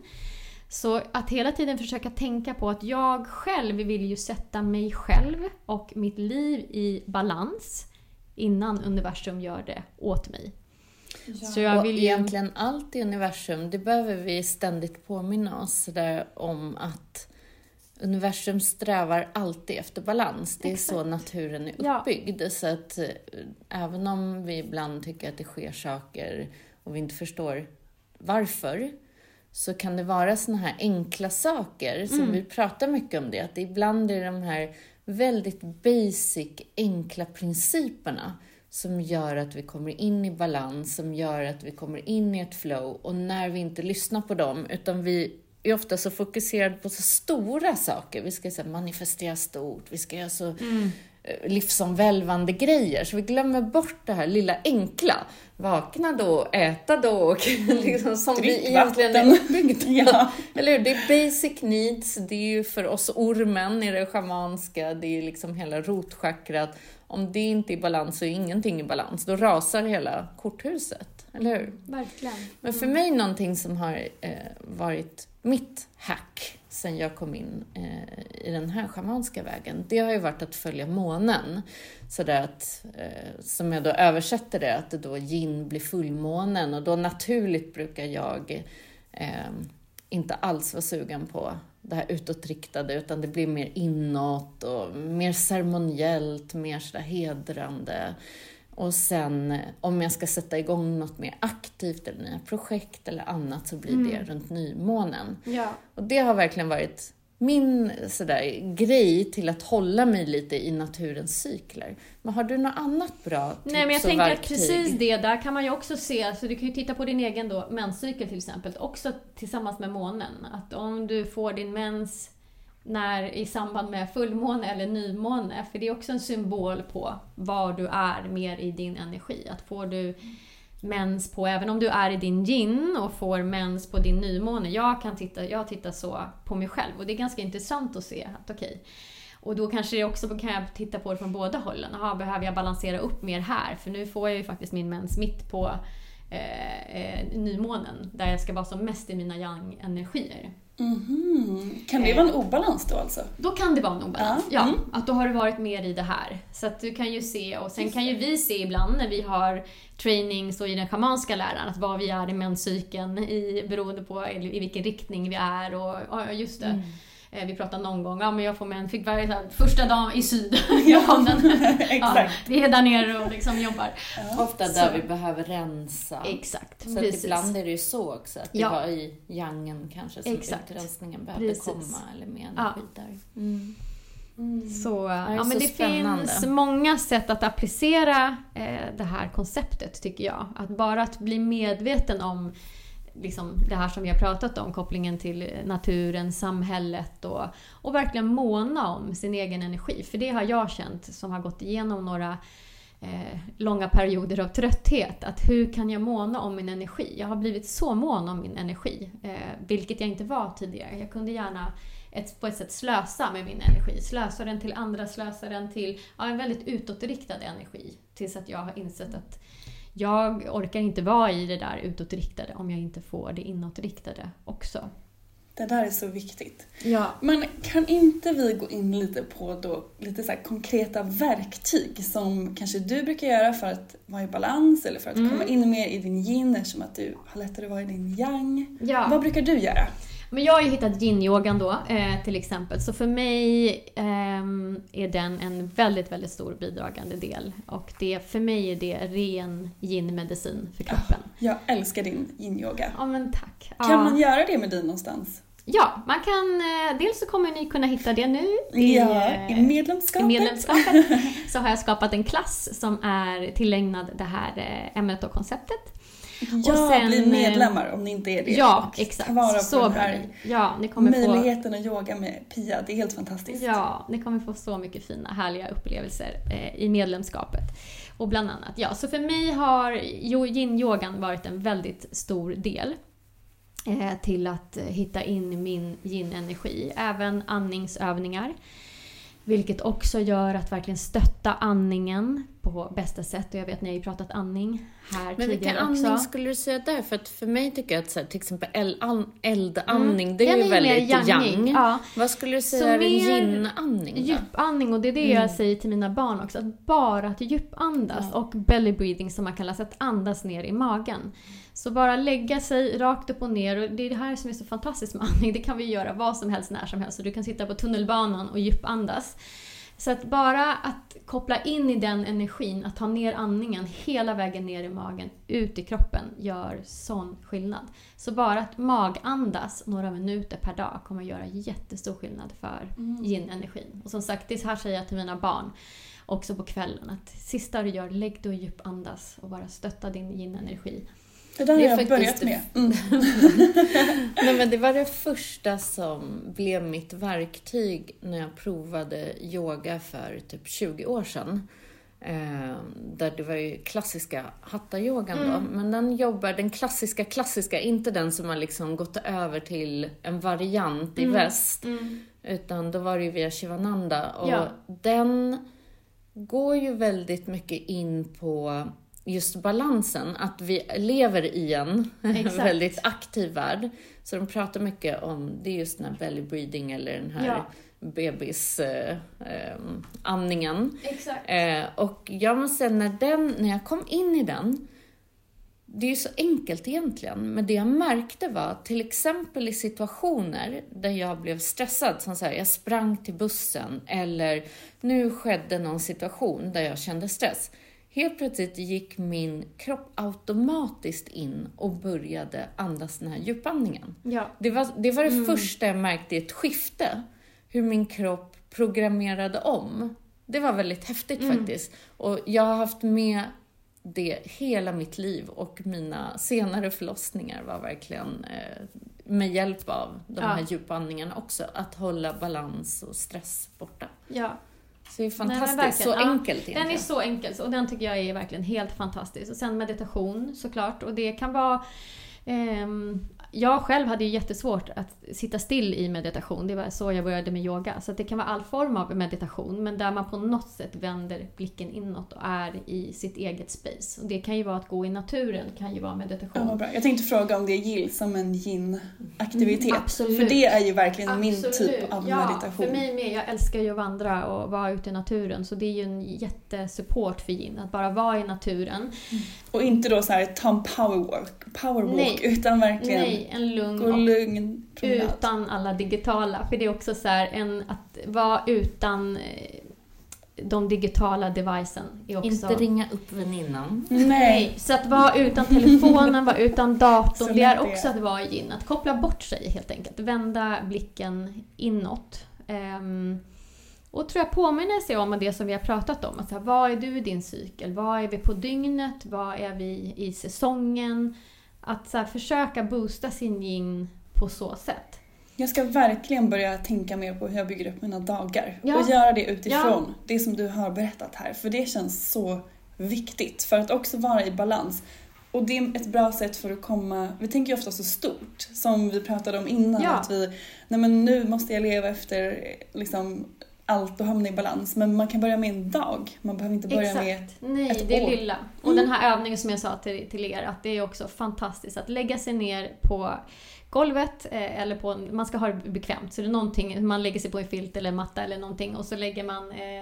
Så att hela tiden försöka tänka på att jag själv vill ju sätta mig själv och mitt liv i balans innan universum gör det åt mig. Ja. Så jag vill ju... Och egentligen allt i universum, det behöver vi ständigt påminna oss där om att universum strävar alltid efter balans. Det är Exakt. Så naturen är uppbyggd. Ja. Så att äh, även om vi ibland tycker att det sker saker och vi inte förstår varför, så kan det vara såna här enkla saker som mm. vi pratar mycket om det. Att ibland är de här väldigt basic, enkla principerna som gör att vi kommer in i balans, som gör att vi kommer in i ett flow. Och när vi inte lyssnar på dem, utan vi är ofta så fokuserade på så stora saker. Vi ska så här, manifestera stort, vi ska göra så mm. livsomvälvande grejer. Så vi glömmer bort det här lilla enkla. Vakna då, äta då. Och liksom, som Drick vi egentligen vatten. är uppbyggda. Ja. Eller hur? Det är basic needs. Det är ju för oss ormen i det schamanska. Det är liksom hela rotchakrat. Om det inte är i balans så är ingenting i balans. Då rasar hela korthuset. Eller hur? Verkligen. Men för mig någonting som har eh, varit mitt hack sen jag kom in eh, i den här schamanska vägen, det har ju varit att följa månen. Så där att, eh, som jag då översätter det, att det då yin blir fullmånen. Och då naturligt brukar jag eh, inte alls vara sugen på det här utåtriktade, utan det blir mer inåt och mer ceremoniellt, mer sådär hedrande. Och sen om jag ska sätta igång något mer aktivt eller nya projekt eller annat, så blir mm. det runt nymånen. Ja. Och det har verkligen varit min sådär grej till att hålla mig lite i naturens cykler. Men har du något annat bra tips? Nej, men jag tänker verktyg? Att precis det, där kan man ju också se, så du kan ju titta på din egen då menscykel till exempel, också tillsammans med månen. Att om du får din mens när i samband med fullmåne eller nymåne, för det är också en symbol på var du är mer i din energi. Att får du mens på, även om du är i din yin och får mens på din nymåne, jag kan titta, jag tittar så på mig själv, och det är ganska intressant att se att okej. Okay. och då kanske jag också kan jag titta på det från båda hållen. Aha, behöver jag balansera upp mer här? För nu får jag ju faktiskt min mens mitt på eh, eh, nymånen. Där jag ska vara som mest i mina yang-energier. Mm-hmm. Kan det vara en obalans då alltså? Då kan det vara en obalans, ja. Mm. ja. Att då har du varit mer i det här. Så att du kan ju se, och sen kan ju vi se ibland när vi har trainings och i den schamanska läran, att vad vi är i menscykeln i, beroende på i vilken riktning vi är. Och ja, just det. Mm. Vi pratade någon gång, ja men jag får mens, fick varje här, första dagen i syd. Ja, exakt. Ja, vi är där nere och liksom jobbar. Ja. Ofta där så. Vi behöver rensa. Exakt. Så att ibland är det ju så också, att det ja. var i yangen kanske som exakt. Utrensningen behövde precis. komma, eller med energi ja. där. Mm. Mm. Så, ja, ja, men det spännande. finns många sätt att applicera eh, det här konceptet, tycker jag. Att bara att bli medveten om liksom det här som vi har pratat om, kopplingen till naturen, samhället och, och verkligen måna om sin egen energi. För det har jag känt som har gått igenom några eh, långa perioder av trötthet. Att hur kan jag måna om min energi? Jag har blivit så mån om min energi, eh, vilket jag inte var tidigare. Jag kunde gärna ett, på ett sätt slösa med min energi. Slösa den till andra, slösa den till ja, en väldigt utåtriktad energi. Tills att jag har insett att jag orkar inte vara i det där utåtriktade om jag inte får det inåtriktade också. Det där är så viktigt. Ja. Men kan inte vi gå in lite på då, lite så här konkreta verktyg som kanske du brukar göra för att vara i balans eller för att mm. komma in mer i din yin, eftersom att du har lättare att vara i din yang. Ja. Vad brukar du göra? Men jag har ju hittat yin-yogan då, eh, till exempel. Så för mig eh, är den en väldigt, väldigt stor bidragande del. Och det, för mig är det ren yin-medicin för kroppen. Oh, jag älskar din yin-yoga. Ja, men tack. Kan ja. man göra det med din någonstans? Ja, man kan, eh, dels så kommer ni kunna hitta det nu i, ja, i medlemskapet. I medlemskapet. Så har jag skapat en klass som är tillägnad det här eh, ämnet och konceptet. Ja, och sen, bli medlemmar om ni inte är det. Ja, exakt. Så bra. Ja, ni kommer möjligheten få, att yoga med Pia, det är helt fantastiskt. Ja, ni kommer få så mycket fina, härliga upplevelser eh, i medlemskapet. Och bland annat, ja. Så för mig har yin-yogan varit en väldigt stor del eh, till att hitta in min yin-energi. Även andningsövningar. Vilket också gör att verkligen stötta andningen på bästa sätt. Och jag vet, ni har ju pratat andning här men tidigare också. Men vilken andning skulle du säga där? För att för mig tycker jag att så här, till exempel eld, eldandning, mm. det är Den ju är väldigt yang. Ja. Vad skulle du säga är en yin-andning? Djupandning, och det är det mm. jag säger till mina barn också. Att bara att djupandas ja. och belly breathing som man kallar, så att andas ner i magen. Så bara lägga sig rakt upp och ner. Och det är det här som är så fantastiskt med andning. Det kan vi göra vad som helst, när som helst. Så du kan sitta på tunnelbanan och djupandas. Så att bara att koppla in i den energin, att ta ner andningen hela vägen ner i magen, ut i kroppen, gör sån skillnad. Så bara att magandas några minuter per dag kommer att göra jättestor skillnad för mm. yin-energin. Och som sagt, det här säger jag till mina barn också på kvällen. Att sista du gör, lägg dig och djupandas och bara stötta din yin-energi. Det där har jag faktiskt börjat med. Mm. Nej, men det var det första som blev mitt verktyg när jag provade yoga för typ tjugo år sedan. Eh, där det var ju klassiska hatta-yogan mm. då. Men den jobbar, den klassiska, klassiska, inte den som har liksom gått över till en variant i mm. väst. Mm. Utan då var det ju via Shivananda. Och ja. den går ju väldigt mycket in på just balansen, att vi lever i en väldigt aktiv värld. Så de pratar mycket om, det är just den här belly breathing eller den här ja. bebis eh, eh, andningen. Exakt. Eh, och jag måste säga, när, den, när jag kom in i den, det är ju så enkelt egentligen, men det jag märkte var till exempel i situationer där jag blev stressad, som så här, jag sprang till bussen eller nu skedde någon situation där jag kände stress. Helt plötsligt gick min kropp automatiskt in och började andas den här djupandningen. Ja. Det var det, var det mm. första jag märkte i ett skifte. Hur min kropp programmerade om. Det var väldigt häftigt mm. faktiskt. Och jag har haft med det hela mitt liv. Och mina senare förlossningar var verkligen eh, med hjälp av de ja. här djupandningarna också. Att hålla balans och stress borta. Ja. Så det är fantastiskt, nej, så ja, enkelt egentligen. Den är så enkel och den tycker jag är verkligen helt fantastisk. Och sen meditation såklart, och det kan vara eh, jag själv hade ju jättesvårt att sitta still i meditation. Det var så jag började med yoga. Så att det kan vara all form av meditation. Men där man på något sätt vänder blicken inåt och är i sitt eget space. Och det kan ju vara att gå i naturen, kan ju vara meditation. Ja, bra. Jag tänkte fråga om det gills som en yin-aktivitet. Mm, absolut. För det är ju verkligen absolut. min typ av ja, meditation. För mig med. Jag älskar ju att vandra och vara ute i naturen. Så det är ju en jättesupport för yin. Att bara vara i naturen. Mm. Och inte då så här ta en powerwalk, powerwalk utan verkligen Nej, en lugn gå lugn promenad. Utan alla digitala. För det är också så här, en, att vara utan de digitala devicen är också... Inte ringa upp väninnan. Nej. Nej, så att vara utan telefonen, vara utan datorn, Så det är det. också att vara i yin. Att koppla bort sig helt enkelt. Vända blicken inåt. Um, och tror jag påminner sig om det som vi har pratat om. Alltså, vad är du i din cykel? Vad är vi på dygnet? Vad är vi i säsongen? Att så här, försöka boosta sin yin på så sätt. Jag ska verkligen börja tänka mer på hur jag bygger upp mina dagar. Ja. Och göra det utifrån Ja. det som du har berättat här. För det känns så viktigt för att också vara i balans. Och det är ett bra sätt för att komma... Vi tänker ju ofta så stort, som vi pratade om innan. Ja. Att vi, nej men nu måste jag leva efter liksom, allt och hamna i balans. Men man kan börja med en dag. Man behöver inte börja Exakt. med ett, Nej, ett det är år. lilla. Och Mm. den här övningen som jag sa till, till er, att det är också fantastiskt att lägga sig ner på golvet eh, eller på, man ska ha det bekvämt. Så det är någonting, man lägger sig på en filt eller en matta eller någonting och så lägger man eh,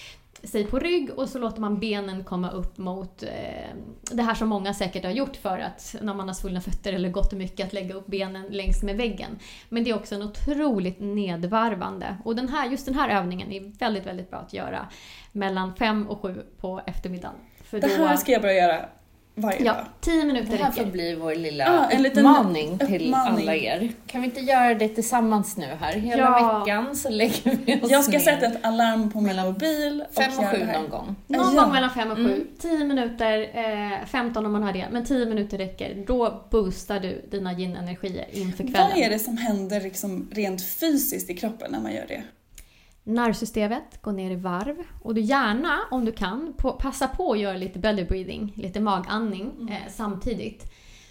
sig på rygg och så låter man benen komma upp mot eh, det här som många säkert har gjort för att när man har svullna fötter eller gått mycket att lägga upp benen längs med väggen. Men det är också en otroligt nedvarvande. Och den här, just den här övningen är väldigt, väldigt bra att göra mellan fem och sju på eftermiddagen. För Det här då, ska jag börja göra varje ja, dag. tio minuter Det här får räcker. bli vår lilla Ja, en liten uppmaning till uppmaning. alla er. Kan vi inte göra det tillsammans nu här? Hela Ja. veckan så lägger vi oss Jag ska ner. sätta ett alarm på min mobil. Fem och göra sju det här. någon gång. Någon Ja. gång mellan fem och sju. Mm. tio minuter, eh, femton om man har det. Men tio minuter räcker. Då boostar du dina yin-energier inför kvällen. Vad är det som händer liksom rent fysiskt i kroppen när man gör det? Nervsystemet går ner i varv. Och du gärna, om du kan, på, passa på att göra lite belly breathing, lite magandning eh, samtidigt.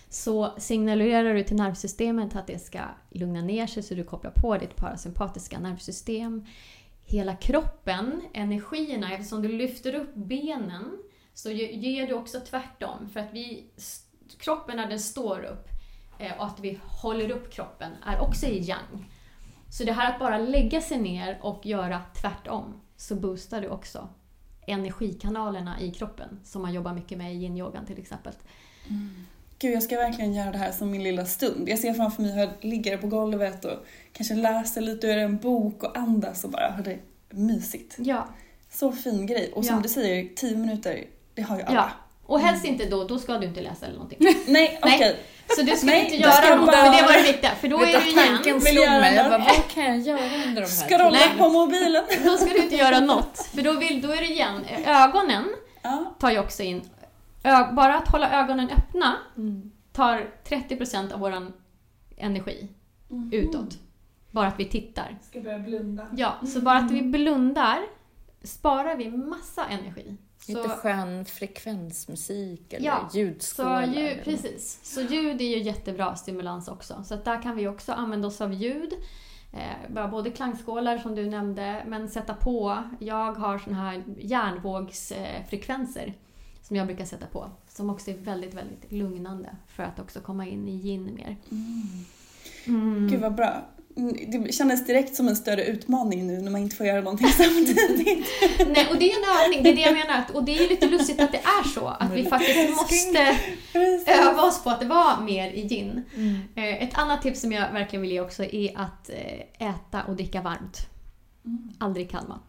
Så signalerar du till nervsystemet att det ska lugna ner sig så du kopplar på ditt parasympatiska nervsystem. Hela kroppen, energierna, eftersom du lyfter upp benen så ger du också tvärtom. För att vi, kroppen när den står upp eh, och att vi håller upp kroppen är också i yang. Så det här att bara lägga sig ner och göra tvärtom så boostar du också energikanalerna i kroppen som man jobbar mycket med i yin-yogan till exempel. Mm. Gud, jag ska verkligen göra det här som min lilla stund. Jag ser framför mig hur jag ligger på golvet och kanske läser lite ur en bok och andas och bara har det mysigt. Ja. Så fin grej. Och som Ja. du säger, tio minuter, det har ju alla. Ja. Och helst inte då, då ska du inte läsa eller någonting. Nej, okej. Okay. Så du ska Nej, inte då ska göra jag något, bara- för det var det viktiga. För då är det ju Tanken igen. slog göra mig. Jag något. bara, vad kan jag göra under de här Scrolla Nej. på mobilen. Då ska du inte göra något. För då, vill, då är det igen. Ögonen Ja. tar ju också in. Ö, bara att hålla ögonen öppna Mm. tar trettio procent av våran energi utåt. Bara att vi tittar. Ska börja blunda. Ja, så bara att vi blundar sparar vi massa energi. Lite Så, skön frekvensmusik eller Ja, ljudskålar. så ljud, precis. Så ljud är ju jättebra stimulans också. Så att där kan vi också använda oss av ljud. Eh, bara både klangskålar som du nämnde, men sätta på. Jag har såna här järnvågsfrekvenser eh, som jag brukar sätta på. Som också är väldigt, väldigt lugnande för att också komma in i yin mer. Mm. Gud vad bra. Det kändes direkt som en större utmaning nu när man inte får göra någonting samtidigt. Nej, och det är en övning, det är det jag menar. Och det är lite lustigt att det är så. Att vi faktiskt måste öva oss på att det var mer i yin. Mm. Eh, Ett annat tips som jag verkligen vill ge också är att eh, äta och dricka varmt. Mm. Aldrig kall mat.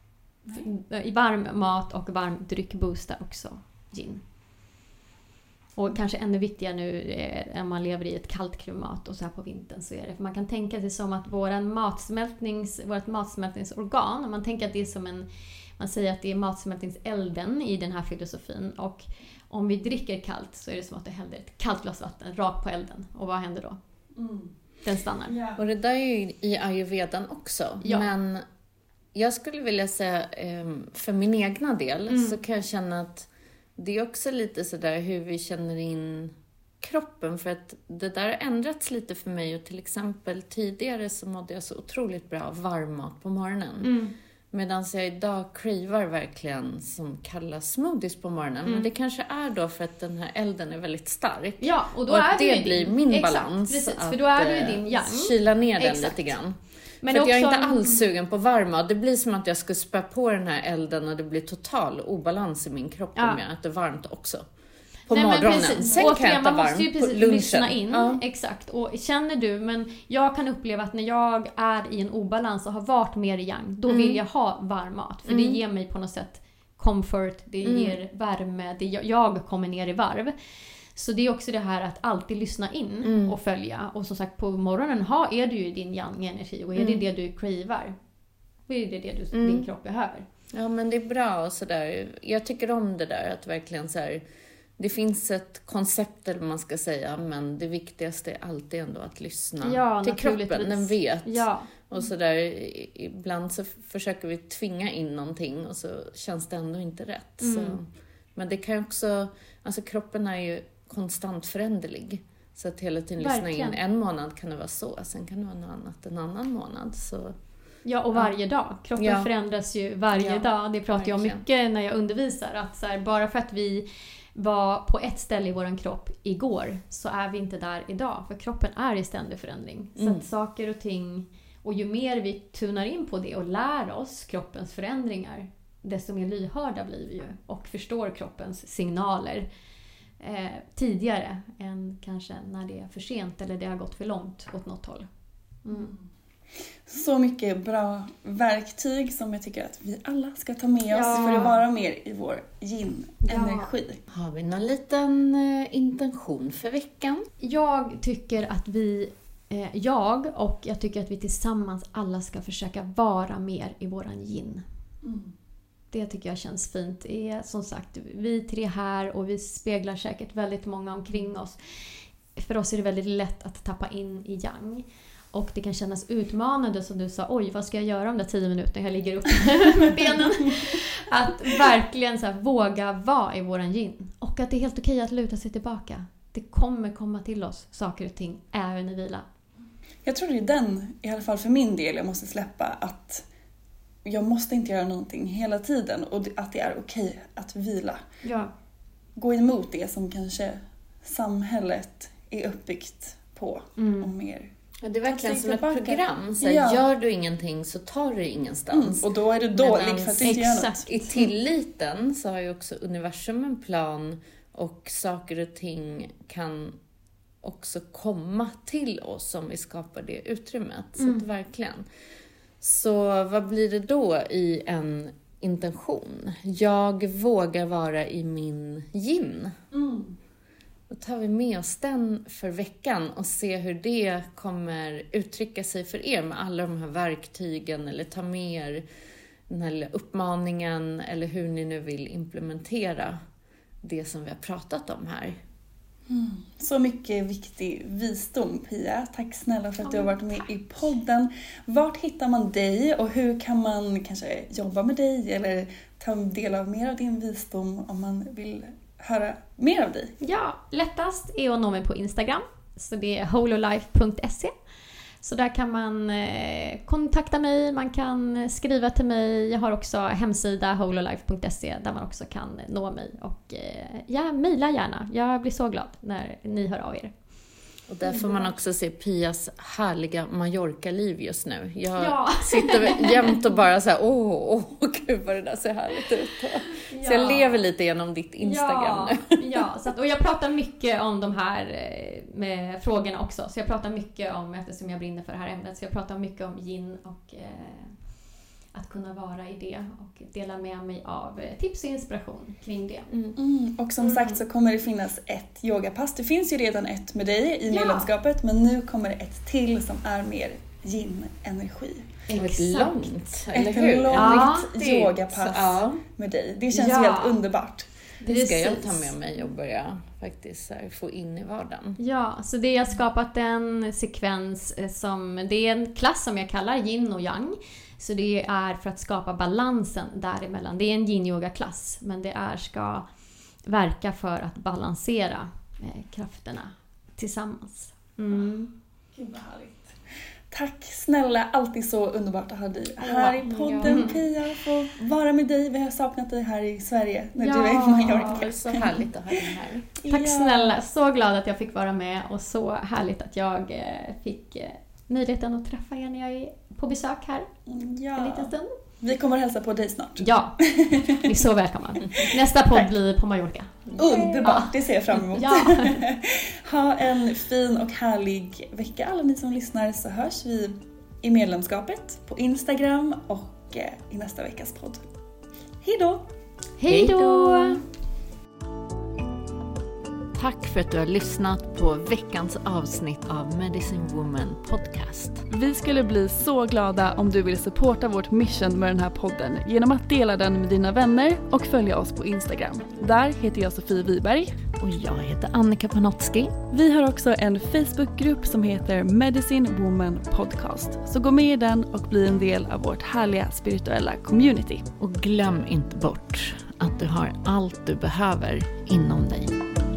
I varm mat och varm dryck boostar också yin. Och kanske ännu viktigare nu eh, när man lever i ett kallt klimat och så här på vintern så är det. För man kan tänka sig som att våran matsmältnings, vårt matsmältningsorgan, om man tänker att det är som en, man säger att det är matsmältningselden i den här filosofin. Och om vi dricker kallt så är det som att det häller ett kallt glas vatten rakt på elden. Och vad händer då? Mm. Den stannar. Ja. Och det där är ju i ayurvedan också. Ja. Men jag skulle vilja säga, em, för min egna del Mm. så kan jag känna att det är också lite sådär hur vi känner in kroppen, för att det där har ändrats lite för mig. Och till exempel tidigare så mådde jag så otroligt bra av varmmat på morgonen. Mm. Medan jag idag cravar verkligen som kalla smoothies på morgonen. Mm. Men det kanske är då för att den här elden är väldigt stark. Ja, och då och är att det det blir din, min exakt, balans. Precis, att, för då är du i din yang. Kyla ner den Exakt. lite grann. Men för också, jag är inte alls sugen på varmmat. Det blir som att jag ska spä på den här elden och det blir total obalans i min kropp ja. om jag äter varmt också. På Nej, morgonen. Sen Återigen, kan jag äta man måste ju varmt på precis lunchen. lyssna in. Ja. Exakt. Och känner du, men jag kan uppleva att när jag är i en obalans och har varit mer i yang, då Mm. vill jag ha varm mat. För Mm. det ger mig på något sätt comfort, det Mm. ger värme, det, jag kommer ner i varv. Så det är också det här att alltid lyssna in Mm. och följa. Och som sagt, på morgonen ha, är du ju din yang-energi och är Mm. det det du cravar, då är det det du, Mm. din kropp behöver. Ja, men det är bra och sådär. Jag tycker om det där att verkligen så här. Det finns ett koncept eller man ska säga, men det viktigaste är alltid ändå att lyssna Ja, till kroppen. naturligtvis. Den vet. Ja. Och så där, ibland så försöker vi tvinga in någonting och så känns det ändå inte rätt. Mm. Så, men det kan ju också, alltså kroppen är ju konstant föränderlig. Så att hela tiden lyssna in. Verkligen. En månad kan det vara så, sen kan det vara något annat en annan månad. Så. Ja, och varje dag. Kroppen Ja. förändras ju varje Ja, dag. Det pratar jag om verkligen. mycket när jag undervisar. Att så här, bara för att vi var på ett ställe i vår kropp igår så är vi inte där idag. För kroppen är i ständig förändring. Så Mm. att saker och ting, och ju mer vi tunar in på det och lär oss kroppens förändringar, desto mer lyhörda blir vi ju. Och förstår kroppens signaler eh, tidigare än kanske när det är för sent eller det har gått för långt åt något håll. Mm. Så mycket bra verktyg som jag tycker att vi alla ska ta med oss Ja. för att vara mer i vår yin-energi. Har vi någon liten eh, intention för veckan? Jag tycker att vi, eh, jag och jag tycker att vi tillsammans alla ska försöka vara mer i våran yin. Mm. Det tycker jag känns fint. Det är som sagt vi tre här och vi speglar säkert väldigt många omkring oss. För oss är det väldigt lätt att tappa in i yang. Och det kan kännas utmanande som du sa, oj vad ska jag göra om de tio minuter jag ligger upp med benen. Att verkligen så här, våga vara i våran yin. Och att det är helt okej att luta sig tillbaka. Det kommer komma till oss saker och ting även i vila. Jag tror det är den, i alla fall för min del, jag måste släppa att jag måste inte göra någonting hela tiden och att det är okej att vila. Ja. Gå emot det som kanske samhället är uppbyggt på Mm. och mer. Ja, det är verkligen Ta sig som ett tillbaka. program. Så här, Ja. Gör du ingenting så tar du ingenstans. Mm. Och då är du dålig Medans- för att du inte gör något. Exakt. I tilliten så har ju också universum en plan och saker och ting kan också komma till oss om vi skapar det utrymmet. Så Mm. att verkligen. Så vad blir det då i en intention? Jag vågar vara i min yin. Mm. Då tar vi med oss den för veckan och ser hur det kommer uttrycka sig för er med alla de här verktygen, eller ta med er den här uppmaningen eller hur ni nu vill implementera det som vi har pratat om här. Mm. Så mycket viktig visdom, Pia. Tack snälla för att du har varit med i podden. Vart hittar man dig och hur kan man kanske jobba med dig eller ta del av mer av din visdom om man vill höra mer av dig? Ja, lättast är att nå mig på Instagram. Så det är hololife punkt se. Så där kan man eh, kontakta mig, man kan skriva till mig. Jag har också hemsida hololife punkt se där man också kan nå mig. Och eh, ja, mejla gärna. Jag blir så glad när ni hör av er. Och där får man också se Pias härliga Mallorca-liv just nu. Jag Ja. sitter jämt och bara så här, åh, åh, gud vad det där ser härligt ut. Så jag lever lite genom ditt Instagram ja, nu. Ja, så att, och jag pratar mycket om de här eh, med frågorna också. Så jag pratar mycket om, eftersom jag brinner för det här ämnet, så jag pratar mycket om yin och eh, att kunna vara i det och dela med mig av eh, tips och inspiration kring det. Mm. Mm. Och som Mm. sagt så kommer det finnas ett yogapass. Det finns ju redan ett med dig i Ja. medlemskapet, men nu kommer det ett till som är mer yin-energi. Ett Exakt. långt, eller Ett hur? långt Ja, yogapass Så, ja, med dig. Det känns Ja. ju helt underbart. det ska jag Precis. ta med mig och börja faktiskt så här, få in i vardagen. Ja, så det jag har skapat en sekvens eh, som, det är en klass som jag kallar yin och yang. Så det är för att skapa balansen däremellan. Det är en yin-yoga-klass, men det är ska verka för att balansera eh, krafterna tillsammans. Mm. Gud vad härligt. Tack snälla, alltid så underbart att ha dig här i podden, ja. Pia. Få vara med dig, vi har saknat dig här i Sverige när ja, du är i Mallorca. Det är så härligt att ha dig här. Tack ja. snälla, så glad att jag fick vara med och så härligt att jag fick möjligheten att träffa er när jag är på besök här ja. en liten stund. Vi kommer att hälsa på dig snart. Ja, ni är så välkomna. Nästa podd blir på Mallorca. Underbart, ja. Det ser jag fram emot. Ja. Ha en fin och härlig vecka alla ni som lyssnar, så hörs vi i medlemskapet på Instagram och i nästa veckas podd. Hej då! Hej då! Tack för att du har lyssnat på veckans avsnitt av Medicine Woman podcast. Vi skulle bli så glada om du vill supporta vårt mission med den här podden genom att dela den med dina vänner och följa oss på Instagram. Där heter jag Sofie Wiberg. Och jag heter Annika Panotski. Vi har också en Facebookgrupp som heter Medicine Woman podcast. Så gå med i den och bli en del av vårt härliga spirituella community. Och glöm inte bort att du har allt du behöver inom dig.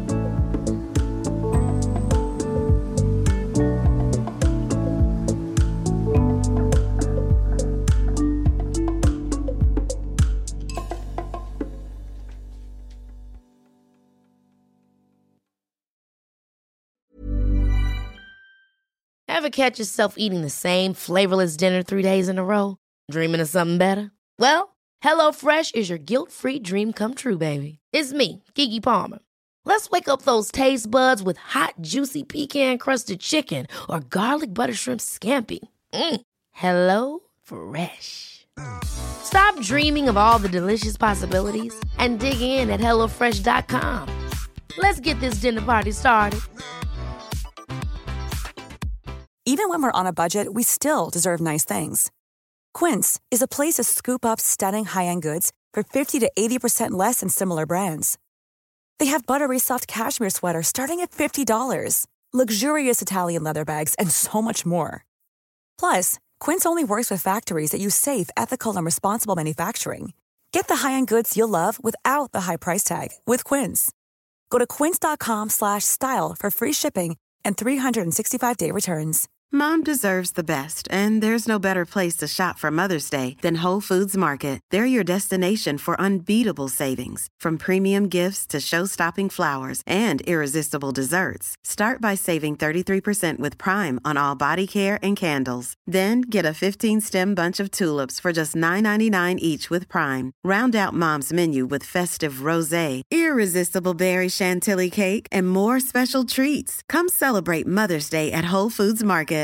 Ever catch yourself eating the same flavorless dinner three days in a row? Dreaming of something better? Well, HelloFresh is your guilt-free dream come true, baby. It's me, Keke Palmer. Let's wake up those taste buds with hot, juicy pecan-crusted chicken or garlic butter shrimp scampi. Mm. Hello Fresh. Stop dreaming of all the delicious possibilities and dig in at hello fresh dot com. Let's get this dinner party started. Even when we're on a budget, we still deserve nice things. Quince is a place to scoop up stunning high-end goods for fifty to eighty percent less than similar brands. They have buttery soft cashmere sweaters starting at fifty dollars, luxurious Italian leather bags, and so much more. Plus, Quince only works with factories that use safe, ethical, and responsible manufacturing. Get the high-end goods you'll love without the high price tag with Quince. Go to quince dot com slash style for free shipping and three sixty-five day returns. Mom deserves the best, and there's no better place to shop for Mother's Day than Whole Foods Market. They're your destination for unbeatable savings, from premium gifts to show-stopping flowers and irresistible desserts. Start by saving thirty-three percent with Prime on all body care and candles. Then get a fifteen-stem bunch of tulips for just nine ninety-nine each with Prime. Round out Mom's menu with festive rosé, irresistible berry chantilly cake, and more special treats. Come celebrate Mother's Day at Whole Foods Market.